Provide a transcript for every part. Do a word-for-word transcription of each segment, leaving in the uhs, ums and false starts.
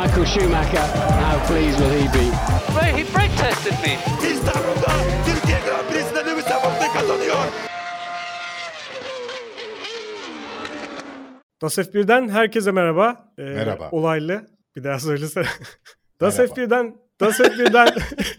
Michael Schumacher, how pleased will he be? He brake tested me. İstanbul'da Türkiye Grand Prix'sinde Lewis Hamilton kazanıyor. Das F bir'den herkese merhaba. Ee, Merhaba. Olaylı. Bir daha söylesene. Das F bir'den Das F bir'den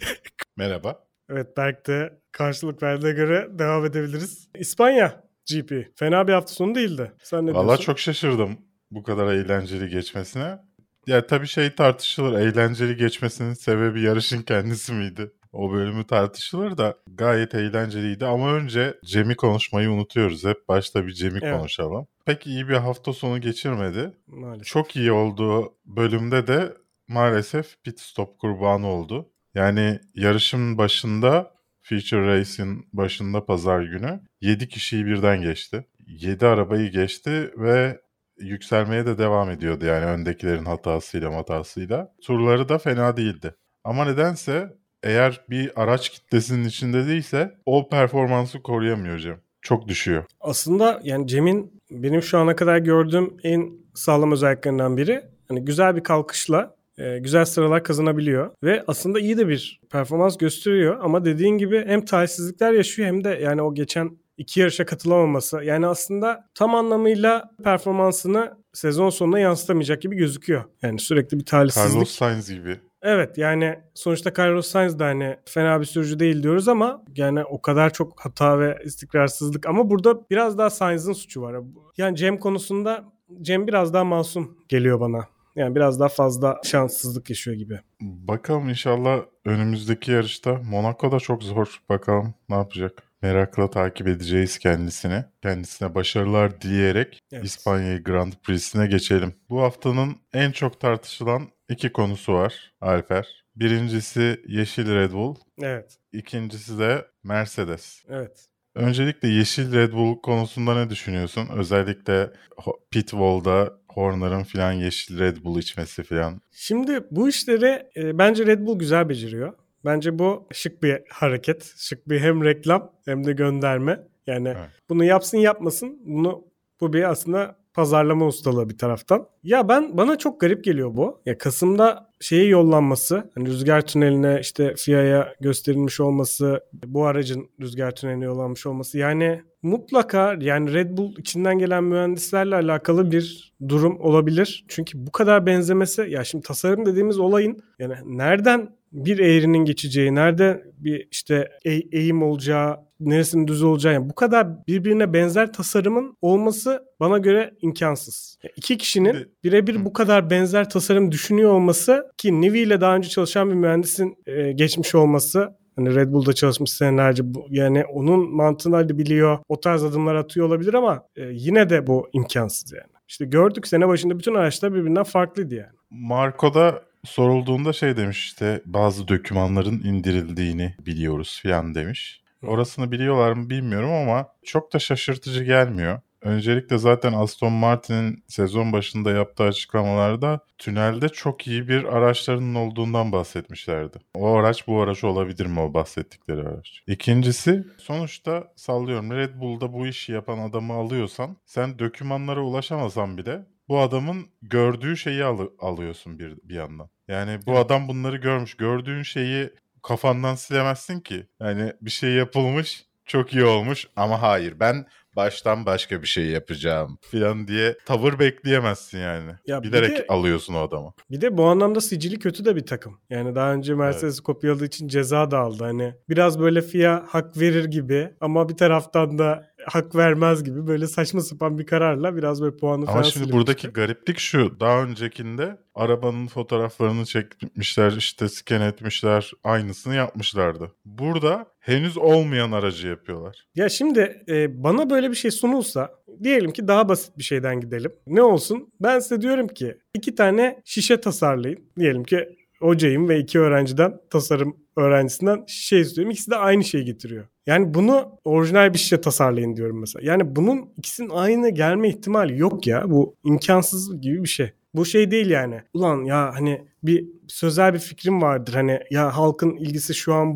Merhaba. Evet, Berk de karşılık verdiğine göre devam edebiliriz. İspanya G P. Fena bir hafta sonu değildi. Sen ne Vallahi diyorsun? çok şaşırdım bu kadar eğlenceli geçmesine. Ya tabii şey tartışılır. Eğlenceli geçmesinin sebebi yarışın kendisi miydi? O bölümü tartışılır da gayet eğlenceliydi. Ama önce Cem'i konuşmayı unutuyoruz. Hep başta bir Cem'i Evet. konuşalım. Pek iyi bir hafta sonu geçirmedi. Maalesef. Çok iyi olduğu bölümde de maalesef pit stop kurbanı oldu. Yani yarışın başında, Feature Race'in başında pazar günü yedi kişiyi birden geçti. yedi arabayı geçti ve yükselmeye de devam ediyordu yani öndekilerin hatasıyla hatasıyla. Turları da fena değildi. Ama nedense eğer bir araç kitlesinin içinde değilse o performansı koruyamıyor Cem. Çok düşüyor. Aslında yani Cem'in benim şu ana kadar gördüğüm en sağlam özelliklerinden biri. Hani güzel bir kalkışla e, güzel sıralar kazanabiliyor ve aslında iyi de bir performans gösteriyor ama dediğin gibi hem talihsizlikler yaşıyor hem de yani o geçen iki yarışa katılamaması, yani aslında tam anlamıyla performansını sezon sonuna yansıtamayacak gibi gözüküyor. Yani sürekli bir talihsizlik. Carlos Sainz gibi. Evet, yani sonuçta Carlos Sainz de hani fena bir sürücü değil diyoruz ama yani o kadar çok hata ve istikrarsızlık, ama burada biraz daha Sainz'ın suçu var. Yani Cem konusunda Cem biraz daha masum geliyor bana. Yani biraz daha fazla şanssızlık yaşıyor gibi. Bakalım inşallah önümüzdeki yarışta. Monaco'da çok zor. Bakalım ne yapacak. Merakla takip edeceğiz kendisini. Kendisine başarılar dileyerek Evet. İspanya Grand Prix'sine geçelim. Bu haftanın en çok tartışılan iki konusu var Alper. Birincisi yeşil Red Bull. Evet. İkincisi de Mercedes. Evet. Öncelikle yeşil Red Bull konusunda ne düşünüyorsun? Özellikle pit wall'da Horner'ın falan yeşil Red Bull içmesi falan. Şimdi bu işleri e, bence Red Bull güzel beceriyor. Bence bu şık bir hareket. Şık bir hem reklam hem de gönderme. Yani Evet. bunu yapsın yapmasın. Bunu bu bir aslında pazarlama ustalığı bir taraftan. Ya ben bana çok garip geliyor bu. Ya Kasım'da şeye yollanması, hani rüzgar tüneline işte F I A'ya gösterilmiş olması, bu aracın rüzgar tüneline yollanmış olması. Yani mutlaka yani Red Bull içinden gelen mühendislerle alakalı bir durum olabilir. Çünkü bu kadar benzemesi, ya şimdi tasarım dediğimiz olayın yani nereden bir eğrinin geçeceği, nerede bir işte e- eğim olacağı, neresinin düz olacağı, yani bu kadar birbirine benzer tasarımın olması bana göre imkansız. Yani iki kişinin birebir bu kadar benzer tasarım düşünüyor olması, ki Nivy ile daha önce çalışan bir mühendisin e, geçmiş olması, hani Red Bull'da çalışmış senelerce, bu, yani onun mantığını da biliyor, o tarz adımlar atıyor olabilir ama e, yine de bu imkansız yani. İşte gördük sene başında bütün araçlar birbirinden farklıydı yani. Marco'da sorulduğunda şey demiş, işte bazı dokümanların indirildiğini biliyoruz falan demiş. Orasını biliyorlar mı bilmiyorum ama çok da şaşırtıcı gelmiyor. Öncelikle zaten Aston Martin'in sezon başında yaptığı açıklamalarda tünelde çok iyi bir araçlarının olduğundan bahsetmişlerdi. O araç bu araç olabilir mi, o bahsettikleri araç? İkincisi, sonuçta sallıyorum Red Bull'da bu işi yapan adamı alıyorsan sen dokümanlara ulaşamasan bile bu adamın gördüğü şeyi al- alıyorsun bir, bir yandan. Yani bu Evet. adam bunları görmüş. Gördüğün şeyi kafandan silemezsin ki. Yani bir şey yapılmış, çok iyi olmuş ama hayır ben baştan başka bir şey yapacağım falan diye tavır bekleyemezsin yani. Ya bir Bilerek de- alıyorsun o adamı. Bir de bu anlamda sicili kötü de bir takım. Yani daha önce Mercedes'i kopyaladığı için ceza da aldı. Hani biraz böyle F I A hak verir gibi ama bir taraftan da hak vermez gibi, böyle saçma sapan bir kararla biraz böyle puanı falan Ama şimdi silinmişti. buradaki gariplik şu. Daha öncekinde arabanın fotoğraflarını çekmişler, işte scan etmişler, aynısını yapmışlardı. Burada henüz olmayan aracı yapıyorlar. Ya şimdi e, bana böyle bir şey sunulsa, diyelim ki daha basit bir şeyden gidelim. Ne olsun? Ben size diyorum ki iki tane şişe tasarlayın. Diyelim ki hocayım ve iki öğrenciden, tasarım öğrencisinden şişe istiyorum. İkisi de aynı şeyi getiriyor. Yani bunu orijinal bir şişe tasarlayın diyorum mesela. Yani bunun ikisinin aynı gelme ihtimali yok ya. Bu imkansız gibi bir şey. Bu şey değil yani. Ulan ya hani bir sözel bir fikrim vardır. Hani ya halkın ilgisi şu an bu.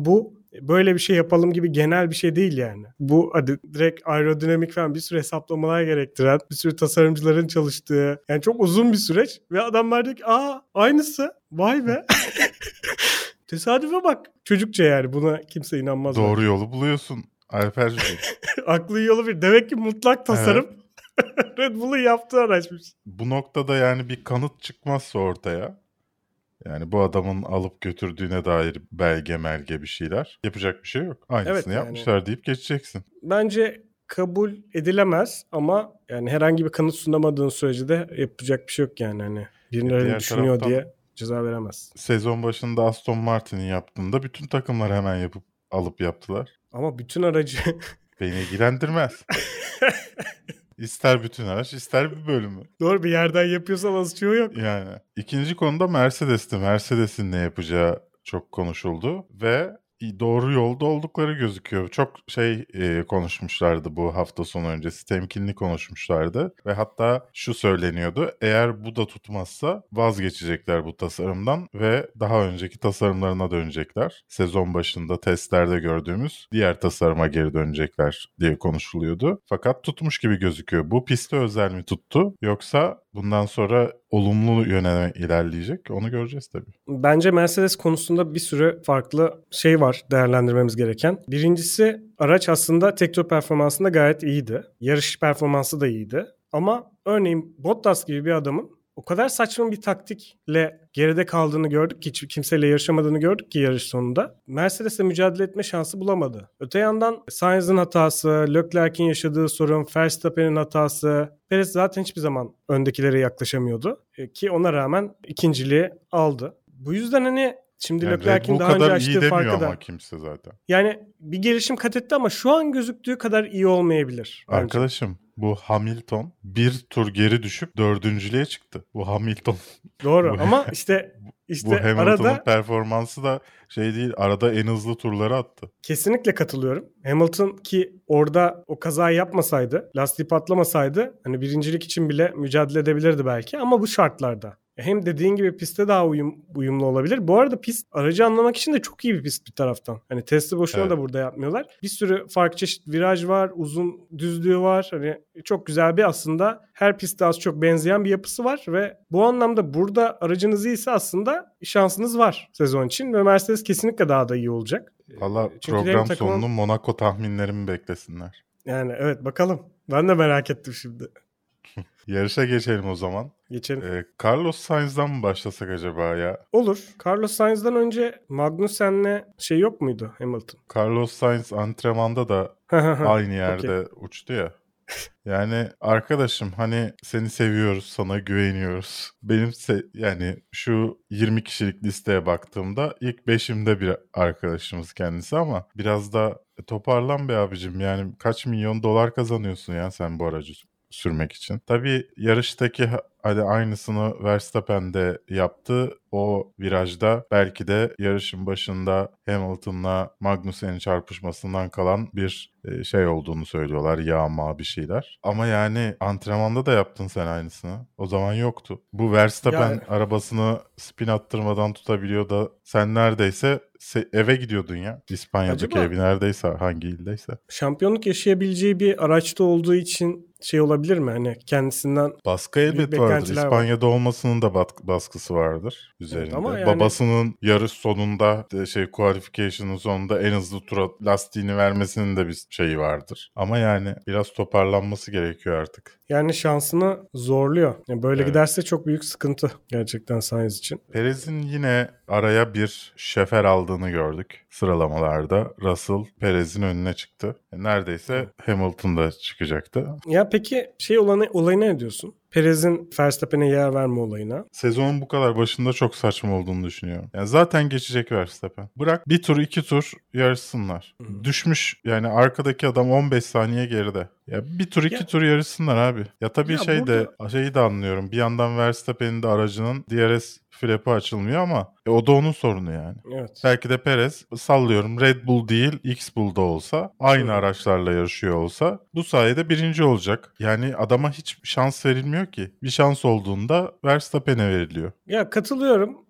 böyle bir şey yapalım gibi genel bir şey değil yani. Bu hadi direkt aerodinamik falan bir sürü hesaplamalar gerektiren, bir sürü tasarımcıların çalıştığı, yani çok uzun bir süreç ve adamlar diyor ki aa aynısı, vay be. Tesadüfe bak. Çocukça yani, buna kimse inanmaz. Doğru bence. yolu buluyorsun Alperciğim. Aklı yolu bir. Demek ki mutlak tasarım Red Bull'un yaptığı araçmış. Bu noktada yani bir kanıt çıkmazsa ortaya, yani bu adamın alıp götürdüğüne dair belge melge bir şeyler, yapacak bir şey yok. Aynısını Evet, yani. yapmışlar deyip geçeceksin. Bence kabul edilemez ama yani herhangi bir kanıt sunamadığın sürece de yapacak bir şey yok yani. Hani birileri Diğer düşünüyor taraftan- diye ceza veremez. Sezon başında Aston Martin'in yaptığında bütün takımlar hemen yapıp alıp yaptılar. Ama bütün aracı Beni ilgilendirmez. İster bütün araç, ister bir bölümü. doğru bir yerden yapıyorsan azıcığı yok. Yani ikinci konuda Mercedes'ti. Mercedes'in ne yapacağı çok konuşuldu ve doğru yolda oldukları gözüküyor. Çok şey e, konuşmuşlardı bu hafta sonu öncesi. Temkinli konuşmuşlardı ve hatta şu söyleniyordu. Eğer bu da tutmazsa vazgeçecekler bu tasarımdan ve daha önceki tasarımlarına dönecekler. Sezon başında testlerde gördüğümüz diğer tasarıma geri dönecekler diye konuşuluyordu. Fakat tutmuş gibi gözüküyor. Bu piste özel mi tuttu yoksa bundan sonra olumlu yöne ilerleyecek? Onu göreceğiz tabii. Bence Mercedes konusunda bir sürü farklı şey var değerlendirmemiz gereken. Birincisi, araç aslında tek tur performansında gayet iyiydi. Yarış performansı da iyiydi. Ama örneğin Bottas gibi bir adamın o kadar saçma bir taktikle geride kaldığını gördük ki, hiç kimseyle yarışamadığını gördük ki yarış sonunda. Mercedes'le mücadele etme şansı bulamadı. Öte yandan Sainz'ın hatası, Leclerc'in yaşadığı sorun, Verstappen'in hatası. Perez zaten hiçbir zaman öndekilere yaklaşamıyordu. E, ki ona rağmen ikinciliği aldı. Bu yüzden hani şimdi Yani Red Leclerc'in Bull daha önce kadar iyi açtığı demiyor farkı ama da. kimse zaten. Yani bir gelişim kat etti ama şu an gözüktüğü kadar iyi olmayabilir. Bence. Arkadaşım bu Hamilton bir tur geri düşüp dördüncülüğe çıktı. Bu Hamilton. Doğru bu, ama işte işte bu Hamilton'ın arada performansı da şey değil, arada en hızlı turları attı. kesinlikle katılıyorum. Hamilton ki orada o kazayı yapmasaydı, lastiği patlamasaydı hani birincilik için bile mücadele edebilirdi belki ama bu şartlarda. Hem dediğin gibi pistte daha uyum, uyumlu olabilir. Bu arada pist aracı anlamak için de çok iyi bir pist bir taraftan. Hani testi boşuna Evet. da burada yapmıyorlar. Bir sürü farklı çeşit viraj var, uzun düzlüğü var. Hani çok güzel bir aslında her pistte az çok benzeyen bir yapısı var ve bu anlamda burada aracınız iyiyse aslında şansınız var sezon için ve Mercedes kesinlikle daha da iyi olacak. Valla Çünkü program benim takımım- sonunu Monaco tahminlerimi beklesinler. Yani evet, bakalım. Ben de merak ettim şimdi. Yarışa geçelim o zaman. Geçelim. Ee, Carlos Sainz'dan mı başlasak acaba ya? Olur. Carlos Sainz'dan önce Magnussen'le şey yok muydu Hamilton? Carlos Sainz antrenmanda da aynı yerde uçtu ya. Yani arkadaşım hani seni seviyoruz, sana güveniyoruz. Benim se- yani şu yirmi kişilik listeye baktığımda ilk beşimde bir arkadaşımız kendisi ama biraz da toparlan be abicim. Yani kaç milyon dolar kazanıyorsun ya sen bu aracı sürmek için. Tabii yarıştaki hadi aynısını Verstappen de yaptı. O virajda belki de yarışın başında Hamilton'la Magnussen'in çarpışmasından kalan bir şey olduğunu söylüyorlar. Yağma bir şeyler. Ama yani antrenmanda da yaptın sen aynısını. O zaman yoktu. Bu Verstappen Yani- arabasını spin attırmadan tutabiliyor da sen neredeyse eve gidiyordun ya. İspanya'daki Acaba- evi neredeyse, hangi ildeyse. Şampiyonluk yaşayabileceği bir araçta olduğu için şey olabilir mi? Hani kendisinden Baskı elbet Büyük vardır. beklentiler var. İspanya'da olmasının da bat- baskısı vardır üzerinde. ama yani- Babasının yarış sonunda de şey qualification'ın sonunda en hızlı tura lastiğini vermesinin de bir şeyi vardır. Ama yani biraz toparlanması gerekiyor artık. yani şansını zorluyor. Yani böyle Evet. giderse çok büyük sıkıntı gerçekten Sainz için. Perez'in yine araya bir şefer aldığını gördük sıralamalarda. Russell Perez'in önüne çıktı. Neredeyse Hamilton da çıkacaktı. Ya peki şey olanı, olayına ne diyorsun? Perez'in Verstappen'e yer verme olayına. Sezonun bu kadar başında çok saçma olduğunu düşünüyorum. Yani zaten geçecek Verstappen. Bırak bir tur iki tur yarışsınlar. Hı. Düşmüş yani arkadaki adam on beş saniye geride. Ya bir tur iki Ya- tur yarışsınlar abi. Ya tabii Ya şey de burada- şeyi de anlıyorum. Bir yandan Verstappen'in de aracının D R S flap'ı açılmıyor ama e, o da onun sorunu yani. Evet. Belki de Perez sallıyorum Red Bull değil X Bull'da olsa aynı Hı. araçlarla yarışıyor olsa bu sayede birinci olacak. Yani adama hiç şans verilmiyor ki. Bir şans olduğunda Verstappen'e veriliyor. Ya katılıyorum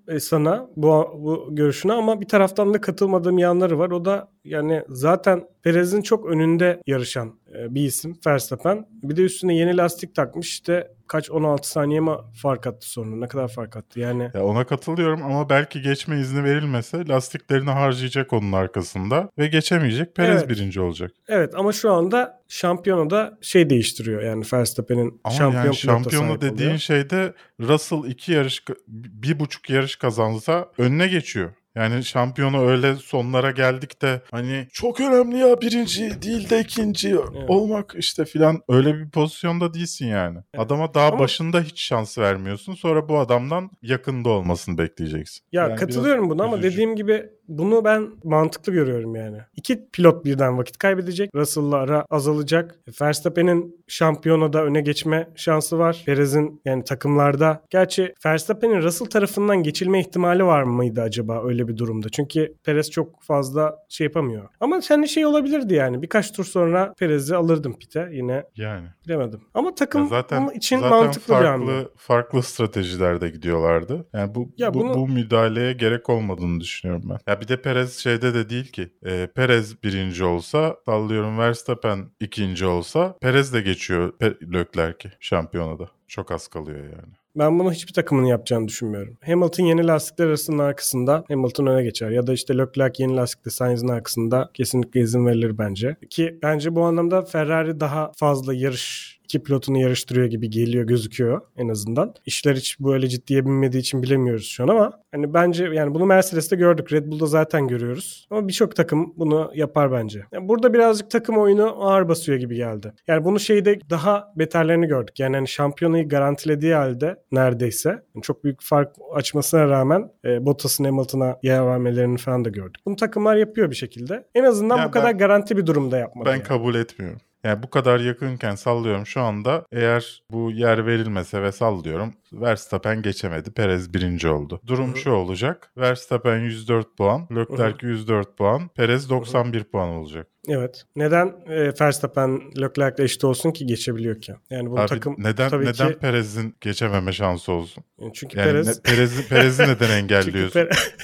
e, sana bu, bu görüşüne ama bir taraftan da katılmadığım yanları var. O da yani zaten Perez'in çok önünde yarışan e, bir isim Verstappen. Bir de üstüne yeni lastik takmış, işte kaç on altı saniye mi fark attı sonra? Ne kadar fark attı yani? Ya ona katılıyorum ama belki geçme izni verilmese lastiklerini harcayacak onun arkasında ve geçemeyecek. Perez Evet. birinci olacak. Evet ama şu anda şampiyonada şey değiştiriyor yani Verstappen'in Ama şampiyon yani pilota şampiyonu sahip dediğin oluyor. şeyde Russell iki yarış, bir buçuk yarış kazansa önüne geçiyor. Yani şampiyonu öyle sonlara geldik de hani çok önemli ya birinci değil de ikinci Evet. olmak işte filan, öyle bir pozisyonda değilsin yani. Evet. Adama daha Ama- başında hiç şans vermiyorsun, sonra bu adamdan yakında olmasını bekleyeceksin. Ya Yani katılıyorum biraz buna ama üzücü. dediğim gibi bunu ben mantıklı görüyorum yani. İki pilot birden vakit kaybedecek. Russell'la ara azalacak. Verstappen'in şampiyonada öne geçme şansı var. Perez'in yani takımlarda. Gerçi Verstappen'in Russell tarafından geçilme ihtimali var mıydı acaba öyle bir durumda? Çünkü Perez çok fazla şey yapamıyor. Ama senin şey olabilirdi yani. Birkaç tur sonra Perez'i alırdım pite. Yine Yani. bilemedim. Ama Ya takım zaten için zaten mantıklı bir hamle. farklı farklı stratejilerde gidiyorlardı. Yani bu Ya bu, bunu- bu müdahaleye gerek olmadığını düşünüyorum ben. Ya bir de Perez şeyde de değil ki. E, Perez birinci olsa, sallıyorum Verstappen ikinci olsa, Perez de geçiyor Pe- Leclerc'i şampiyonada. Çok az kalıyor yani. Ben bunu hiçbir takımın yapacağını düşünmüyorum. Hamilton yeni lastikler arasının arkasında Hamilton öne geçer. Ya da işte Leclerc yeni lastikli Sainz'in arkasında kesinlikle izin verilir bence. Ki bence bu anlamda Ferrari daha fazla yarış, iki pilotunu yarıştırıyor gibi geliyor, gözüküyor en azından. İşler hiç böyle ciddiye binmediği için bilemiyoruz şu an ama hani bence yani bunu Mercedes'te gördük. Red Bull'da zaten görüyoruz. Ama birçok takım bunu yapar bence. Yani burada birazcık takım oyunu ağır basıyor gibi geldi. Yani bunu şeyde daha beterlerini gördük. Yani hani şampiyonayı garantilediği halde neredeyse yani çok büyük fark açmasına rağmen e, Bottas'ın Hamilton'a yer vermelerini falan da gördük. Bunu takımlar yapıyor bir şekilde. En azından Ya bu kadar ben- garanti bir durumda yapmadı. Ben yani. kabul etmiyorum. Yani bu kadar yakınken sallıyorum şu anda, eğer bu yer verilmese ve sallıyorum Verstappen geçemedi, Perez birinci oldu. Durum Hı hı. şu olacak: Verstappen yüz dört puan, Leclerc yüz dört puan, Perez doksan bir puan olacak. Evet. Neden e, Verstappen Leclerc'le eşit olsun ki geçebiliyorken? Yani bu Abi takım neden tabii neden ki Perez'in geçememe şansı olsun? çünkü Yani Perez ne- Perez'i Perez'i neden çünkü, engelliyorsun? Perez,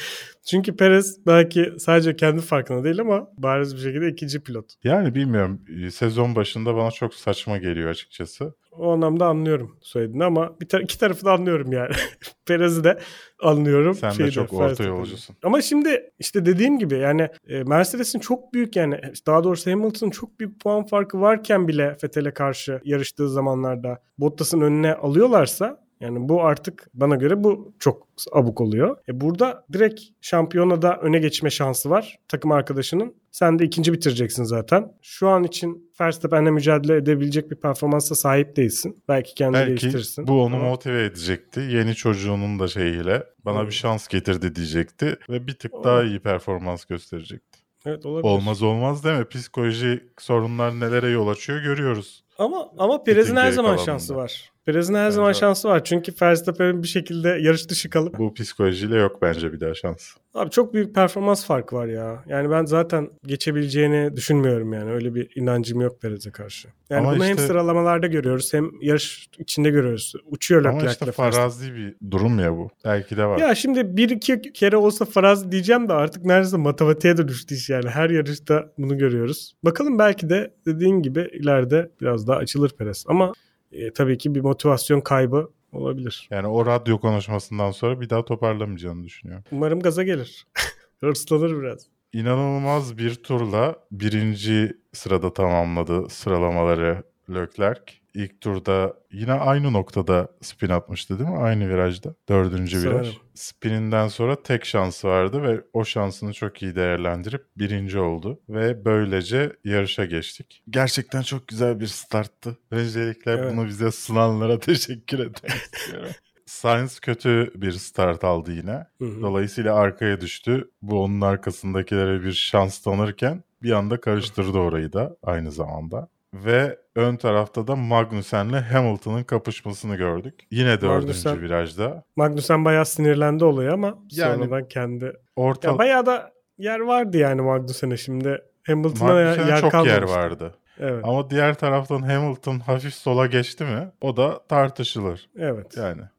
çünkü Perez belki sadece kendi farkında değil ama bariz bir şekilde ikinci pilot. Yani bilmiyorum. Sezon başında bana çok saçma geliyor açıkçası. O anlamda anlıyorum söylediğini ama bir tar- iki tarafı da anlıyorum yani. Perez'i de anlıyorum. Sen de şeyi çok orta Verstappen'i. yolcusun. Ama şimdi işte dediğim gibi yani e, Mercedes'in çok büyük yani daha doğrusu Hamilton'ın çok büyük puan farkı varken bile Vettel'e karşı yarıştığı zamanlarda Bottas'ın önüne alıyorlarsa yani bu artık bana göre bu çok abuk oluyor. E burada direkt şampiyonada öne geçme şansı var takım arkadaşının. Sen de ikinci bitireceksin zaten. Şu an için Verstappen'le mücadele edebilecek bir performansa sahip değilsin. Belki kendini Belki geliştirirsin. bu onu Ama motive edecekti. Yeni çocuğunun da şeyiyle bana Hmm. bir şans getirdi diyecekti ve bir tık Olur. daha iyi performans gösterecekti. evet olabilir. Olmaz olmaz deme. Psikolojik sorunlar nelere yol açıyor görüyoruz. Ama ama Perez'in her geri zaman kalanında. şansı var. Perez'in her Bence zaman var. şansı var. Çünkü Verstappen'in bir şekilde yarış dışı kalıp Bu psikolojiyle yok bence bir daha şans. abi çok büyük performans farkı var ya. Yani ben zaten geçebileceğini düşünmüyorum yani. Öyle bir inancım yok Perez'e karşı. Yani Ama bunu hem işte- sıralamalarda görüyoruz hem yarış içinde görüyoruz. Uçuyor Ama Leclerc'le işte Verstappen. farazi bir durum ya bu. Belki de var. Ya şimdi bir iki kere olsa farazi diyeceğim de artık neredeyse matematiğe dönüştü iş yani. Her yarışta bunu görüyoruz. Bakalım belki de dediğin gibi ileride biraz daha açılır Perez. Ama e, tabii ki bir motivasyon kaybı olabilir. Yani o radyo konuşmasından sonra bir daha toparlamayacağını düşünüyorum. Umarım gaza gelir. Hırslanır biraz. İnanılmaz bir turla birinci sırada tamamladı sıralamaları Leclerc. İlk turda yine aynı noktada spin atmıştı değil mi? Aynı virajda. Dördüncü viraj. Sanırım. Spininden sonra tek şansı vardı ve o şansını çok iyi değerlendirip birinci oldu. Ve böylece yarışa geçtik. Gerçekten çok güzel bir starttı. Öncelikle Evet. bunu bize sunanlara teşekkür etmek istiyorum. Sainz kötü bir start aldı yine. Hı hı. Dolayısıyla arkaya düştü. Bu onun arkasındakilere bir şans tanırken bir anda karıştırdı orayı da aynı zamanda. Ve ön tarafta da Magnussen'le Hamilton'ın kapışmasını gördük. Yine dördüncü Magnussen- virajda. Magnussen bayağı sinirlendi olaya ama Yani- sonradan kendi... Orta Ya bayağı da yer vardı yani Magnussen'e şimdi. Hamilton'a yer, Magnussen'e yer çok yer kalmamıştı. vardı. Evet. Ama diğer taraftan Hamilton hafif sola geçti mi o da tartışılır. Evet. Yani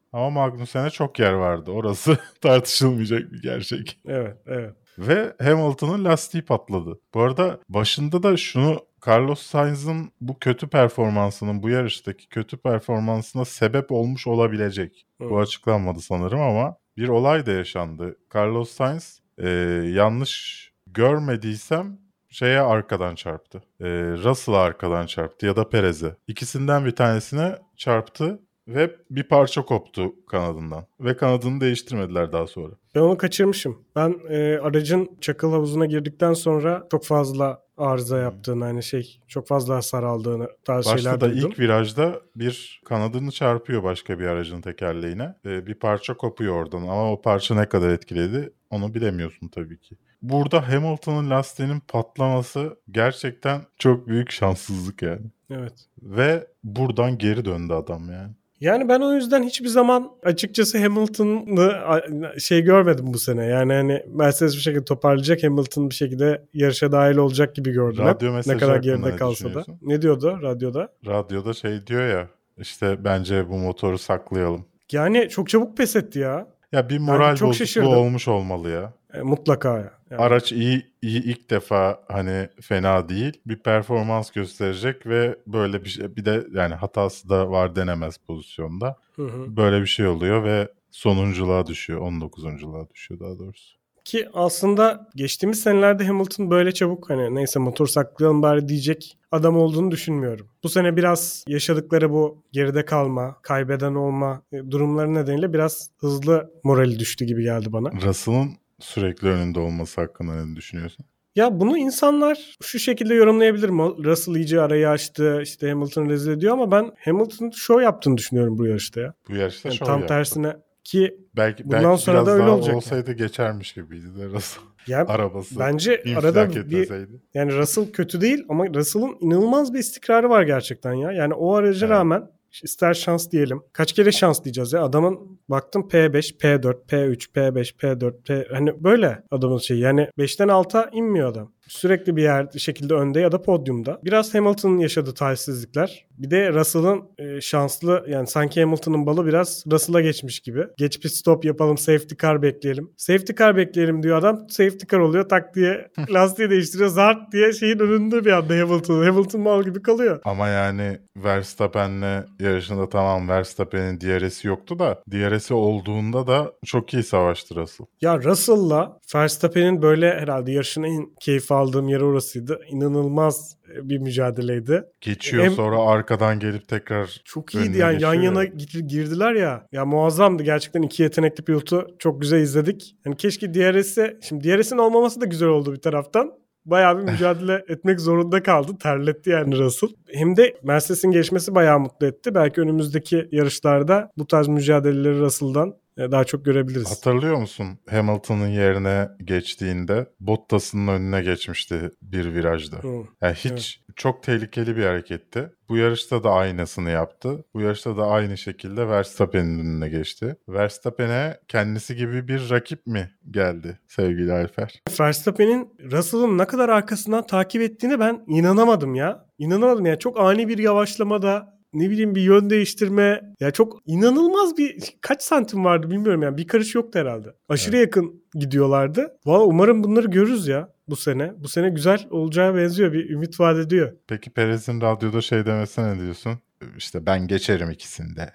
Ama Magnussen'e çok yer vardı. Orası tartışılmayacak bir gerçek. Evet, evet. Ve Hamilton'ın lastiği patladı. Bu arada başında da şunu, Carlos Sainz'ın bu kötü performansının, bu yarıştaki kötü performansına sebep olmuş olabilecek. Hı. Bu açıklanmadı sanırım ama bir olay da yaşandı. Carlos Sainz e, yanlış görmediysem şeye arkadan çarptı. E, Russell'a arkadan çarptı ya da Perez'e. İkisinden bir tanesine çarptı ve bir parça koptu kanadından. Ve kanadını değiştirmediler daha sonra. Ben onu kaçırmışım. Ben e, aracın çakıl havuzuna girdikten sonra çok fazla arıza yaptığını, hani şey, çok fazla hasar aldığını tarz şeyler Başta da duydum. ilk virajda bir kanadını çarpıyor başka bir aracın tekerleğine. E, bir parça kopuyor oradan ama o parça ne kadar etkiledi onu bilemiyorsun tabii ki. Burada Hamilton'ın lastiğinin patlaması gerçekten çok büyük şanssızlık yani. Evet. Ve buradan geri döndü adam yani. Yani ben o yüzden hiçbir zaman açıkçası Hamilton'ı şey görmedim bu sene. Yani hani Mercedes bir şekilde toparlayacak, Hamilton bir şekilde yarışa dahil olacak gibi gördüm. Radyo Ne mesajı kadar hakkında geride ne kalsa da. düşünüyorsun? Ne diyordu radyoda? Radyoda şey diyor ya, işte bence bu motoru saklayalım. Yani çok çabuk pes etti ya. Ya bir moral çok bozukluğu şaşırdım. olmuş olmalı ya. E, mutlaka ya. Yani. Araç iyi, iyi ilk defa hani fena değil. Bir performans gösterecek ve böyle bir şey, bir de yani hatası da var denemez pozisyonda. Hı hı. Böyle bir şey oluyor ve sonunculuğa düşüyor. on dokuzunculuğa düşüyor daha doğrusu. Ki aslında geçtiğimiz senelerde Hamilton böyle çabuk hani neyse motor saklayalım bari diyecek adam olduğunu düşünmüyorum. Bu sene biraz yaşadıkları bu geride kalma, kaybeden olma durumları nedeniyle biraz hızlı morali düştü gibi geldi bana. Russell'ın sürekli önünde olması hakkında ne düşünüyorsun? Ya bunu insanlar şu şekilde yorumlayabilir mi? Russell iyice arayı açtı, işte Hamilton'ı rezil ediyor ama ben Hamilton'ın show yaptığını düşünüyorum bu yarışta ya. Bu yarışta Yani şov tam yaptı. tersine ki Belki, bundan belki sonra biraz da öyle daha olacak olsaydı yani. Geçermiş gibiydi de Russell. Ya, arabası. Bence arada bir yani Russell kötü değil ama Russell'ın inanılmaz bir istikrarı var gerçekten ya. Yani o araca evet. rağmen ister şans diyelim. Kaç kere şans diyeceğiz ya. Adamın baktım P beş, P dört, P üç, P beş, P dört, P... hani böyle adamın şeyi. Yani beşten alta inmiyor adam. Sürekli bir yer şekilde önde ya da podyumda. Biraz Hamilton'ın yaşadığı talihsizlikler. Bir de Russell'ın e, şanslı yani sanki Hamilton'ın balı biraz Russell'a geçmiş gibi. Geç pit stop yapalım, safety car bekleyelim. Safety car bekleyelim diyor adam. Safety car oluyor tak diye lastiği değiştiriyor. Zart diye şeyin önünde bir anda Hamilton. Hamilton mal gibi kalıyor. Ama yani Verstappen'le yarışında tamam Verstappen'in D R S'i yoktu da D R S'i olduğunda da çok iyi savaştı Russell. Ya Russell'la Verstappen'in böyle herhalde yarışın en keyif aldığım yer orasıydı. İnanılmaz bir mücadeleydi. Geçiyor Hem, sonra arkadan gelip tekrar çok iyiydi yani yan yana girdiler ya. Ya muazzamdı gerçekten iki yetenekli pilotu çok güzel izledik. Yani keşke D R S'i şimdi D R S'in olmaması da güzel oldu bir taraftan. Bayağı bir mücadele etmek zorunda kaldı. Terletti yani Russell. Hem de Mercedes'in geçmesi bayağı mutlu etti. Belki önümüzdeki yarışlarda bu tarz mücadeleleri Russell'dan daha çok görebiliriz. Hatırlıyor musun? Hamilton'ın yerine geçtiğinde Bottas'ın önüne geçmişti bir virajda. Hmm, yani hiç evet. Çok tehlikeli bir hareketti. Bu yarışta da aynısını yaptı. Bu yarışta da aynı şekilde Verstappen'in önüne geçti. Verstappen'e kendisi gibi bir rakip mi geldi sevgili Alper? Verstappen'in Russell'ın ne kadar arkasından takip ettiğine ben inanamadım ya. İnanamadım ya. Çok ani bir yavaşlamada ne bileyim bir yön değiştirme. Ya çok inanılmaz bir kaç santim vardı bilmiyorum yani. Bir karış yoktu herhalde. Aşırı evet. yakın gidiyorlardı. Valla umarım bunları görürüz ya bu sene. Bu sene güzel olacağı benziyor. Bir ümit vaat ediyor. Peki Perez'in radyoda şey demesine ne diyorsun? İşte ben geçerim ikisinde.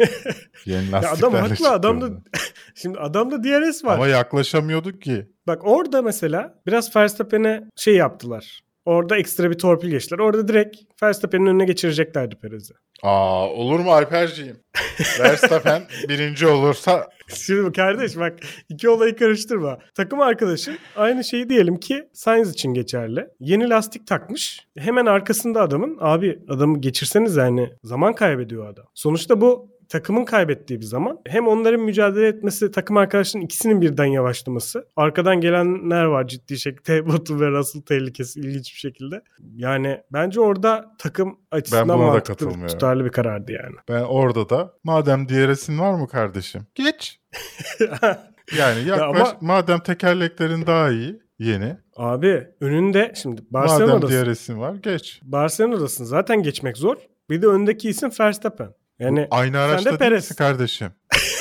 Yeni lastiklerle adam haklı adamda şimdi adamda D R S var. Ama yaklaşamıyorduk ki. Bak orada mesela biraz Verstappen'e şey yaptılar. Orada ekstra bir torpil geçtiler. Orada direkt Verstappen'in önüne geçireceklerdi Perez'i. Aa olur mu Alperciğim? Verstappen birinci olursa... Şimdi kardeş bak iki olayı karıştırma. Takım arkadaşın aynı şeyi diyelim ki Sainz için geçerli. Yeni lastik takmış. Hemen arkasında adamın abi adamı geçirseniz yani zaman kaybediyor adam. Sonuçta bu takımın kaybettiği bir zaman. Hem onların mücadele etmesi, takım arkadaşlarının ikisinin birden yavaşlaması. Arkadan gelenler var ciddi şekilde. Bottas ve Russell tehlikesi ilginç bir şekilde. Yani bence orada takım açısından mantıklı bir, tutarlı bir karardı yani. Ben orada da madem D R S'in var mı kardeşim? Geç. Yani yaklaş. Ya ama, madem tekerleklerin daha iyi. Yeni. Abi önünde şimdi Barcelona'dasın. Madem D R S'in var geç. Barcelona'dasın. Zaten geçmek zor. Bir de öndeki isim Verstappen. Yani aynı araçta değil misin kardeşim?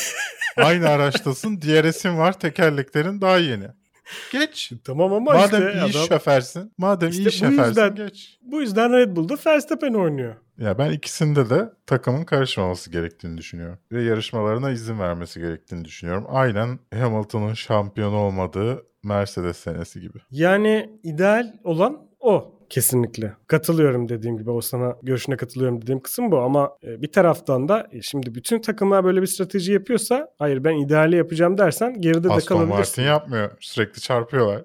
Aynı araçtasın. D R S'in var. Tekerleklerin daha yeni. Geç. Tamam ama Madem işte iyi adam, şoförsün. Madem İşte iyi bu şoförsün yüzden- geç. bu yüzden Red Bull'da Verstappen oynuyor. Ya ben ikisinde de takımın karışmaması gerektiğini düşünüyorum. Ve yarışmalarına izin vermesi gerektiğini düşünüyorum. Aynen Hamilton'ın şampiyon olmadığı Mercedes senesi gibi. Yani ideal olan o. Kesinlikle. Katılıyorum dediğim gibi. O sana görüşüne katılıyorum dediğim kısım bu. Ama e, bir taraftan da e, şimdi bütün takımlar böyle bir strateji yapıyorsa hayır ben ideali yapacağım dersen geride de Aston kalabilirsin. Martin yapmıyor. Sürekli çarpıyorlar.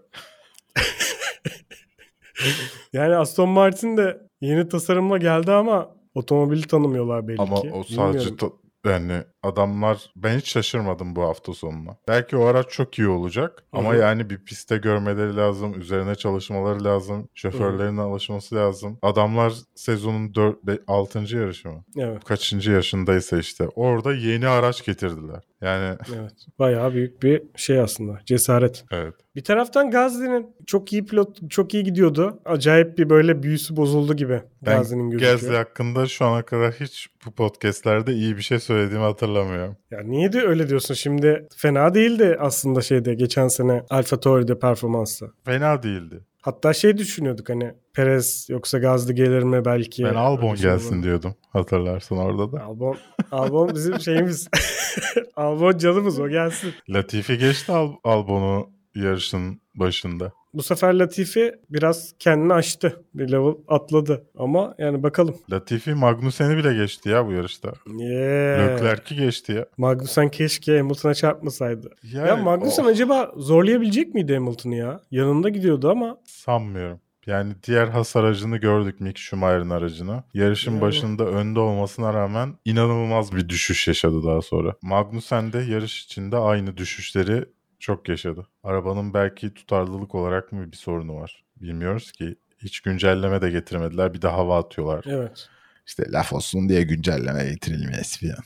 Yani Aston Martin de yeni tasarımla geldi ama otomobili tanımıyorlar belli Ama ki. o sadece Bilmiyorum. ta- yani adamlar, ben hiç şaşırmadım bu hafta sonuna. Belki o araç çok iyi olacak ama Hı hı. yani bir piste görmeleri lazım, üzerine çalışmaları lazım, şoförlerin alışması lazım. Adamlar sezonun altıncı yarışı mı? Evet. Kaçıncı yaşındaysa işte orada yeni araç getirdiler. Yani Evet. Bayağı büyük bir şey aslında. Cesaret. evet. Bir taraftan Gasly'nin çok iyi pilot, çok iyi gidiyordu. Acayip bir böyle büyüsü bozuldu gibi Ben Gasly'nin gözüküyor. Gasly hakkında şu ana kadar hiç bu podcastlerde iyi bir şey söylediğimi hatırlamıyorum. Ya niye de öyle diyorsun şimdi? Fena değildi aslında şeyde geçen sene AlphaTauri'de performansı. Fena değildi. Hatta şey düşünüyorduk hani Perez yoksa Gasly gelir mi belki. Ben Albon Öyle şey gelsin olmadı. diyordum. Hatırlarsın orada da. Albon, Albon bizim şeyimiz. Albon canımız o gelsin. Latifi geçti Al- Albon'u yarışın başında. Bu sefer Latifi biraz kendini aştı. Bir level atladı. Ama yani bakalım. Latifi Magnussen'i bile geçti ya bu yarışta. Yeah. Leclerc'i geçti ya. Magnussen keşke Hamilton'a çarpmasaydı. Yani, Ya Magnussen oh, acaba zorlayabilecek miydi Hamilton'ı ya? Yanında gidiyordu ama. sanmıyorum. Yani diğer has aracını gördük, Mick Schumacher'ın aracını. Yarışın Yani. başında önde olmasına rağmen inanılmaz bir düşüş yaşadı daha sonra. Magnussen de yarış içinde aynı düşüşleri çok yaşadı. Arabanın belki tutarlılık olarak mı bir sorunu var? Bilmiyoruz ki. Hiç güncelleme de getirmediler. Bir de hava atıyorlar. Evet. İşte laf olsun diye güncelleme getirilmesi falan.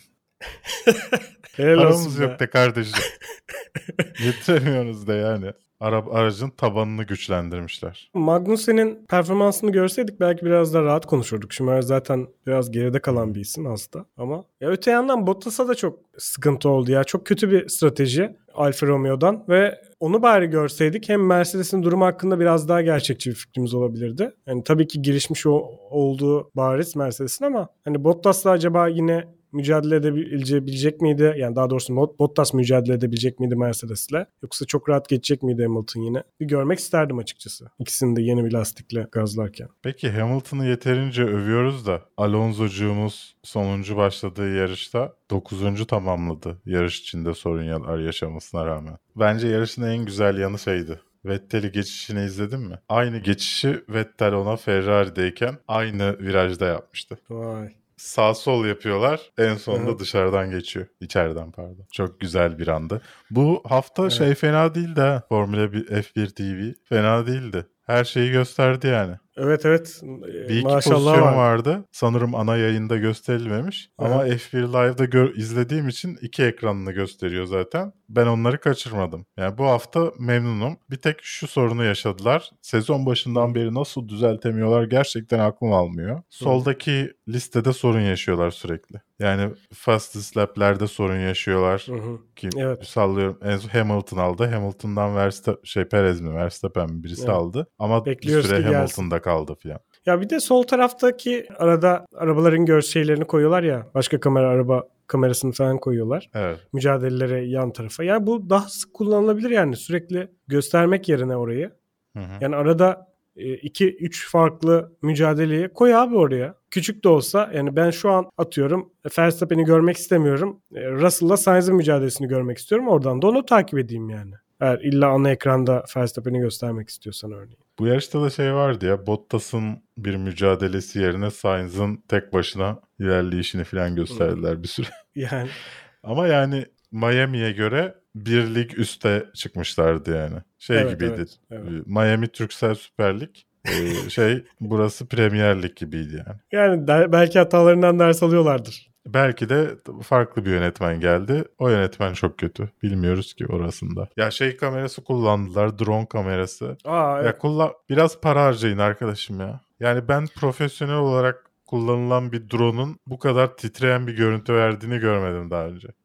Helal Paramız olsun be. yok de kardeşim. Getiremiyoruz da yani. Ara, aracın tabanını güçlendirmişler. Magnussen'in performansını görseydik belki biraz daha rahat konuşurduk. Schumacher zaten biraz geride kalan bir isim aslında. Ama ya öte yandan Bottas'a da çok sıkıntı oldu ya. Çok kötü bir strateji Alfa Romeo'dan ve onu bari görseydik hem Mercedes'in durumu hakkında biraz daha gerçekçi bir fikrimiz olabilirdi. Yani tabii ki girişmiş o, olduğu bariz Mercedes'in ama hani Bottas'la acaba yine mücadele edebilecek miydi? Yani daha doğrusu Bottas mücadele edebilecek miydi Mercedes'le? Yoksa çok rahat geçecek miydi Hamilton yine? Bir görmek isterdim açıkçası. İkisini de yeni bir lastikle gazlarken. Peki Hamilton'ı yeterince övüyoruz da Alonso'cuğumuz sonuncu başladığı yarışta dokuzuncu tamamladı. Yarış içinde sorunlar yaşamasına rağmen. Bence yarışın en güzel yanı şeydi. Vettel'i geçişini izledin mi? Aynı geçişi Vettel ona Ferrari'deyken aynı virajda yapmıştı. Vay. Sağ sol yapıyorlar. En sonunda Evet. dışarıdan geçiyor. İçeriden pardon. Çok güzel bir andı. Bu hafta Evet. şey fena değildi ha. Formula bir F bir T V fena değildi. Her şeyi gösterdi yani. Evet evet. Bir iki Maşallah pozisyon var. vardı. Sanırım ana yayında gösterilmemiş. Ama F bir Live'da gör- izlediğim için iki ekranını gösteriyor zaten. Ben onları kaçırmadım. Yani bu hafta memnunum. Bir tek şu sorunu yaşadılar. Sezon başından beri nasıl düzeltemiyorlar gerçekten aklım almıyor. Soldaki listede sorun yaşıyorlar sürekli. Yani fastest lap'lerde sorun yaşıyorlar. Hı hı. Ki Evet. sallıyorum en son Hamilton aldı. Hamilton'dan Verstappen şey Perez mi Verstappen mi birisi Evet. aldı. Ama Bekliyoruz bir süre ki gelsin. Hamilton'da kaldı falan. Ya bir de sol taraftaki arada arabaların göz şeylerini koyuyorlar ya. Başka kamera araba kamerasını falan koyuyorlar. Evet. Mücadelelere yan tarafa. Yani bu daha sık kullanılabilir yani. Sürekli göstermek yerine orayı. Hı hı. Yani arada iki üç farklı mücadeleyi koy abi oraya. Küçük de olsa yani ben şu an atıyorum Verstappen'i görmek istemiyorum. Russell'la Sainz'ın mücadelesini görmek istiyorum. Oradan da onu takip edeyim yani. Eğer illa ana ekranda Verstappen'i göstermek istiyorsan örneğin. Bu yarışta da şey vardı ya, Bottas'ın bir mücadelesi yerine Sainz'ın tek başına ilerleyişini falan gösterdiler bir süre. Yani Ama yani Miami'ye göre bir lig üste çıkmışlardı yani. Şey Evet, gibiydi. evet, evet. Miami Türksel Süper Lig. Ee, şey burası Premier Lig gibiydi yani. Yani de- belki hatalarından ders alıyorlardır. Belki de farklı bir yönetmen geldi. O yönetmen çok kötü. Bilmiyoruz ki orasında. Ya şey kamerası kullandılar. Drone kamerası. Aa evet. Ya kullan biraz para harcayın arkadaşım ya. Yani ben profesyonel olarak kullanılan bir drone'un bu kadar titreyen bir görüntü verdiğini görmedim daha önce.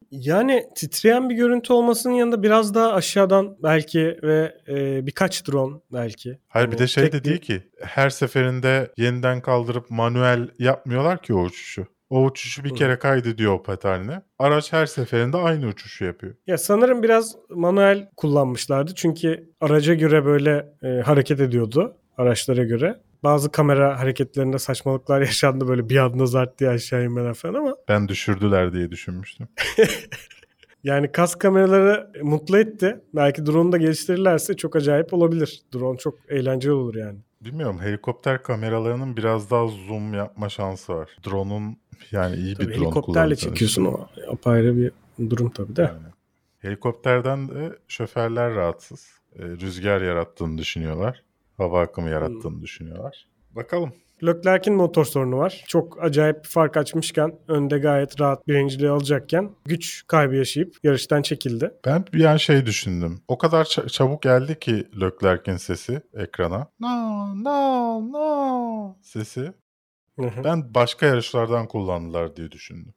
Yani titreyen bir görüntü olmasının yanında biraz daha aşağıdan belki ve e, birkaç drone belki. Hayır hani bir de şey tek de değil ki her seferinde yeniden kaldırıp manuel yapmıyorlar ki o uçuşu. O uçuşu bir kere kaydediyor o paterne. Araç her seferinde aynı uçuşu yapıyor. Ya sanırım biraz manuel kullanmışlardı. Çünkü araca göre böyle e, hareket ediyordu. Araçlara göre. Bazı kamera hareketlerinde saçmalıklar yaşandı böyle bir anda zart diye aşağı inmeler falan ama. Ben düşürdüler diye düşünmüştüm. Yani kas kameraları mutlu etti. Belki drone'u da geliştirirlerse çok acayip olabilir. Drone çok eğlenceli olur yani. Bilmiyorum, helikopter kameralarının biraz daha zoom yapma şansı var. Drone'un yani iyi Tabii bir drone helikopterle kullanacağını çekiyorsun, o apayrı bir durum tabii de. Yani. Helikopterden de şoförler rahatsız. E, rüzgar yarattığını düşünüyorlar. Hava akımı yarattığını hmm. düşünüyorlar. Bakalım. Leclerc'in motor sorunu var. Çok acayip bir fark açmışken, önde gayet rahat birinciliği alacakken güç kaybı yaşayıp yarıştan çekildi. Ben bir an şey düşündüm. O kadar ç- çabuk geldi ki Leclerc'in sesi ekrana. No, no, no sesi. Ben başka yarışlardan kullandılar diye düşündüm.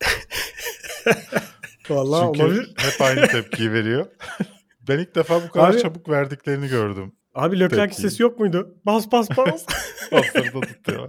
Vallahi Çünkü olabilir. hep aynı tepkiyi veriyor. Ben ilk defa bu kadar Abi, çabuk verdiklerini gördüm. Abi Leclerc'in sesi yok muydu? Bas bas bas. Basları da tutuyor.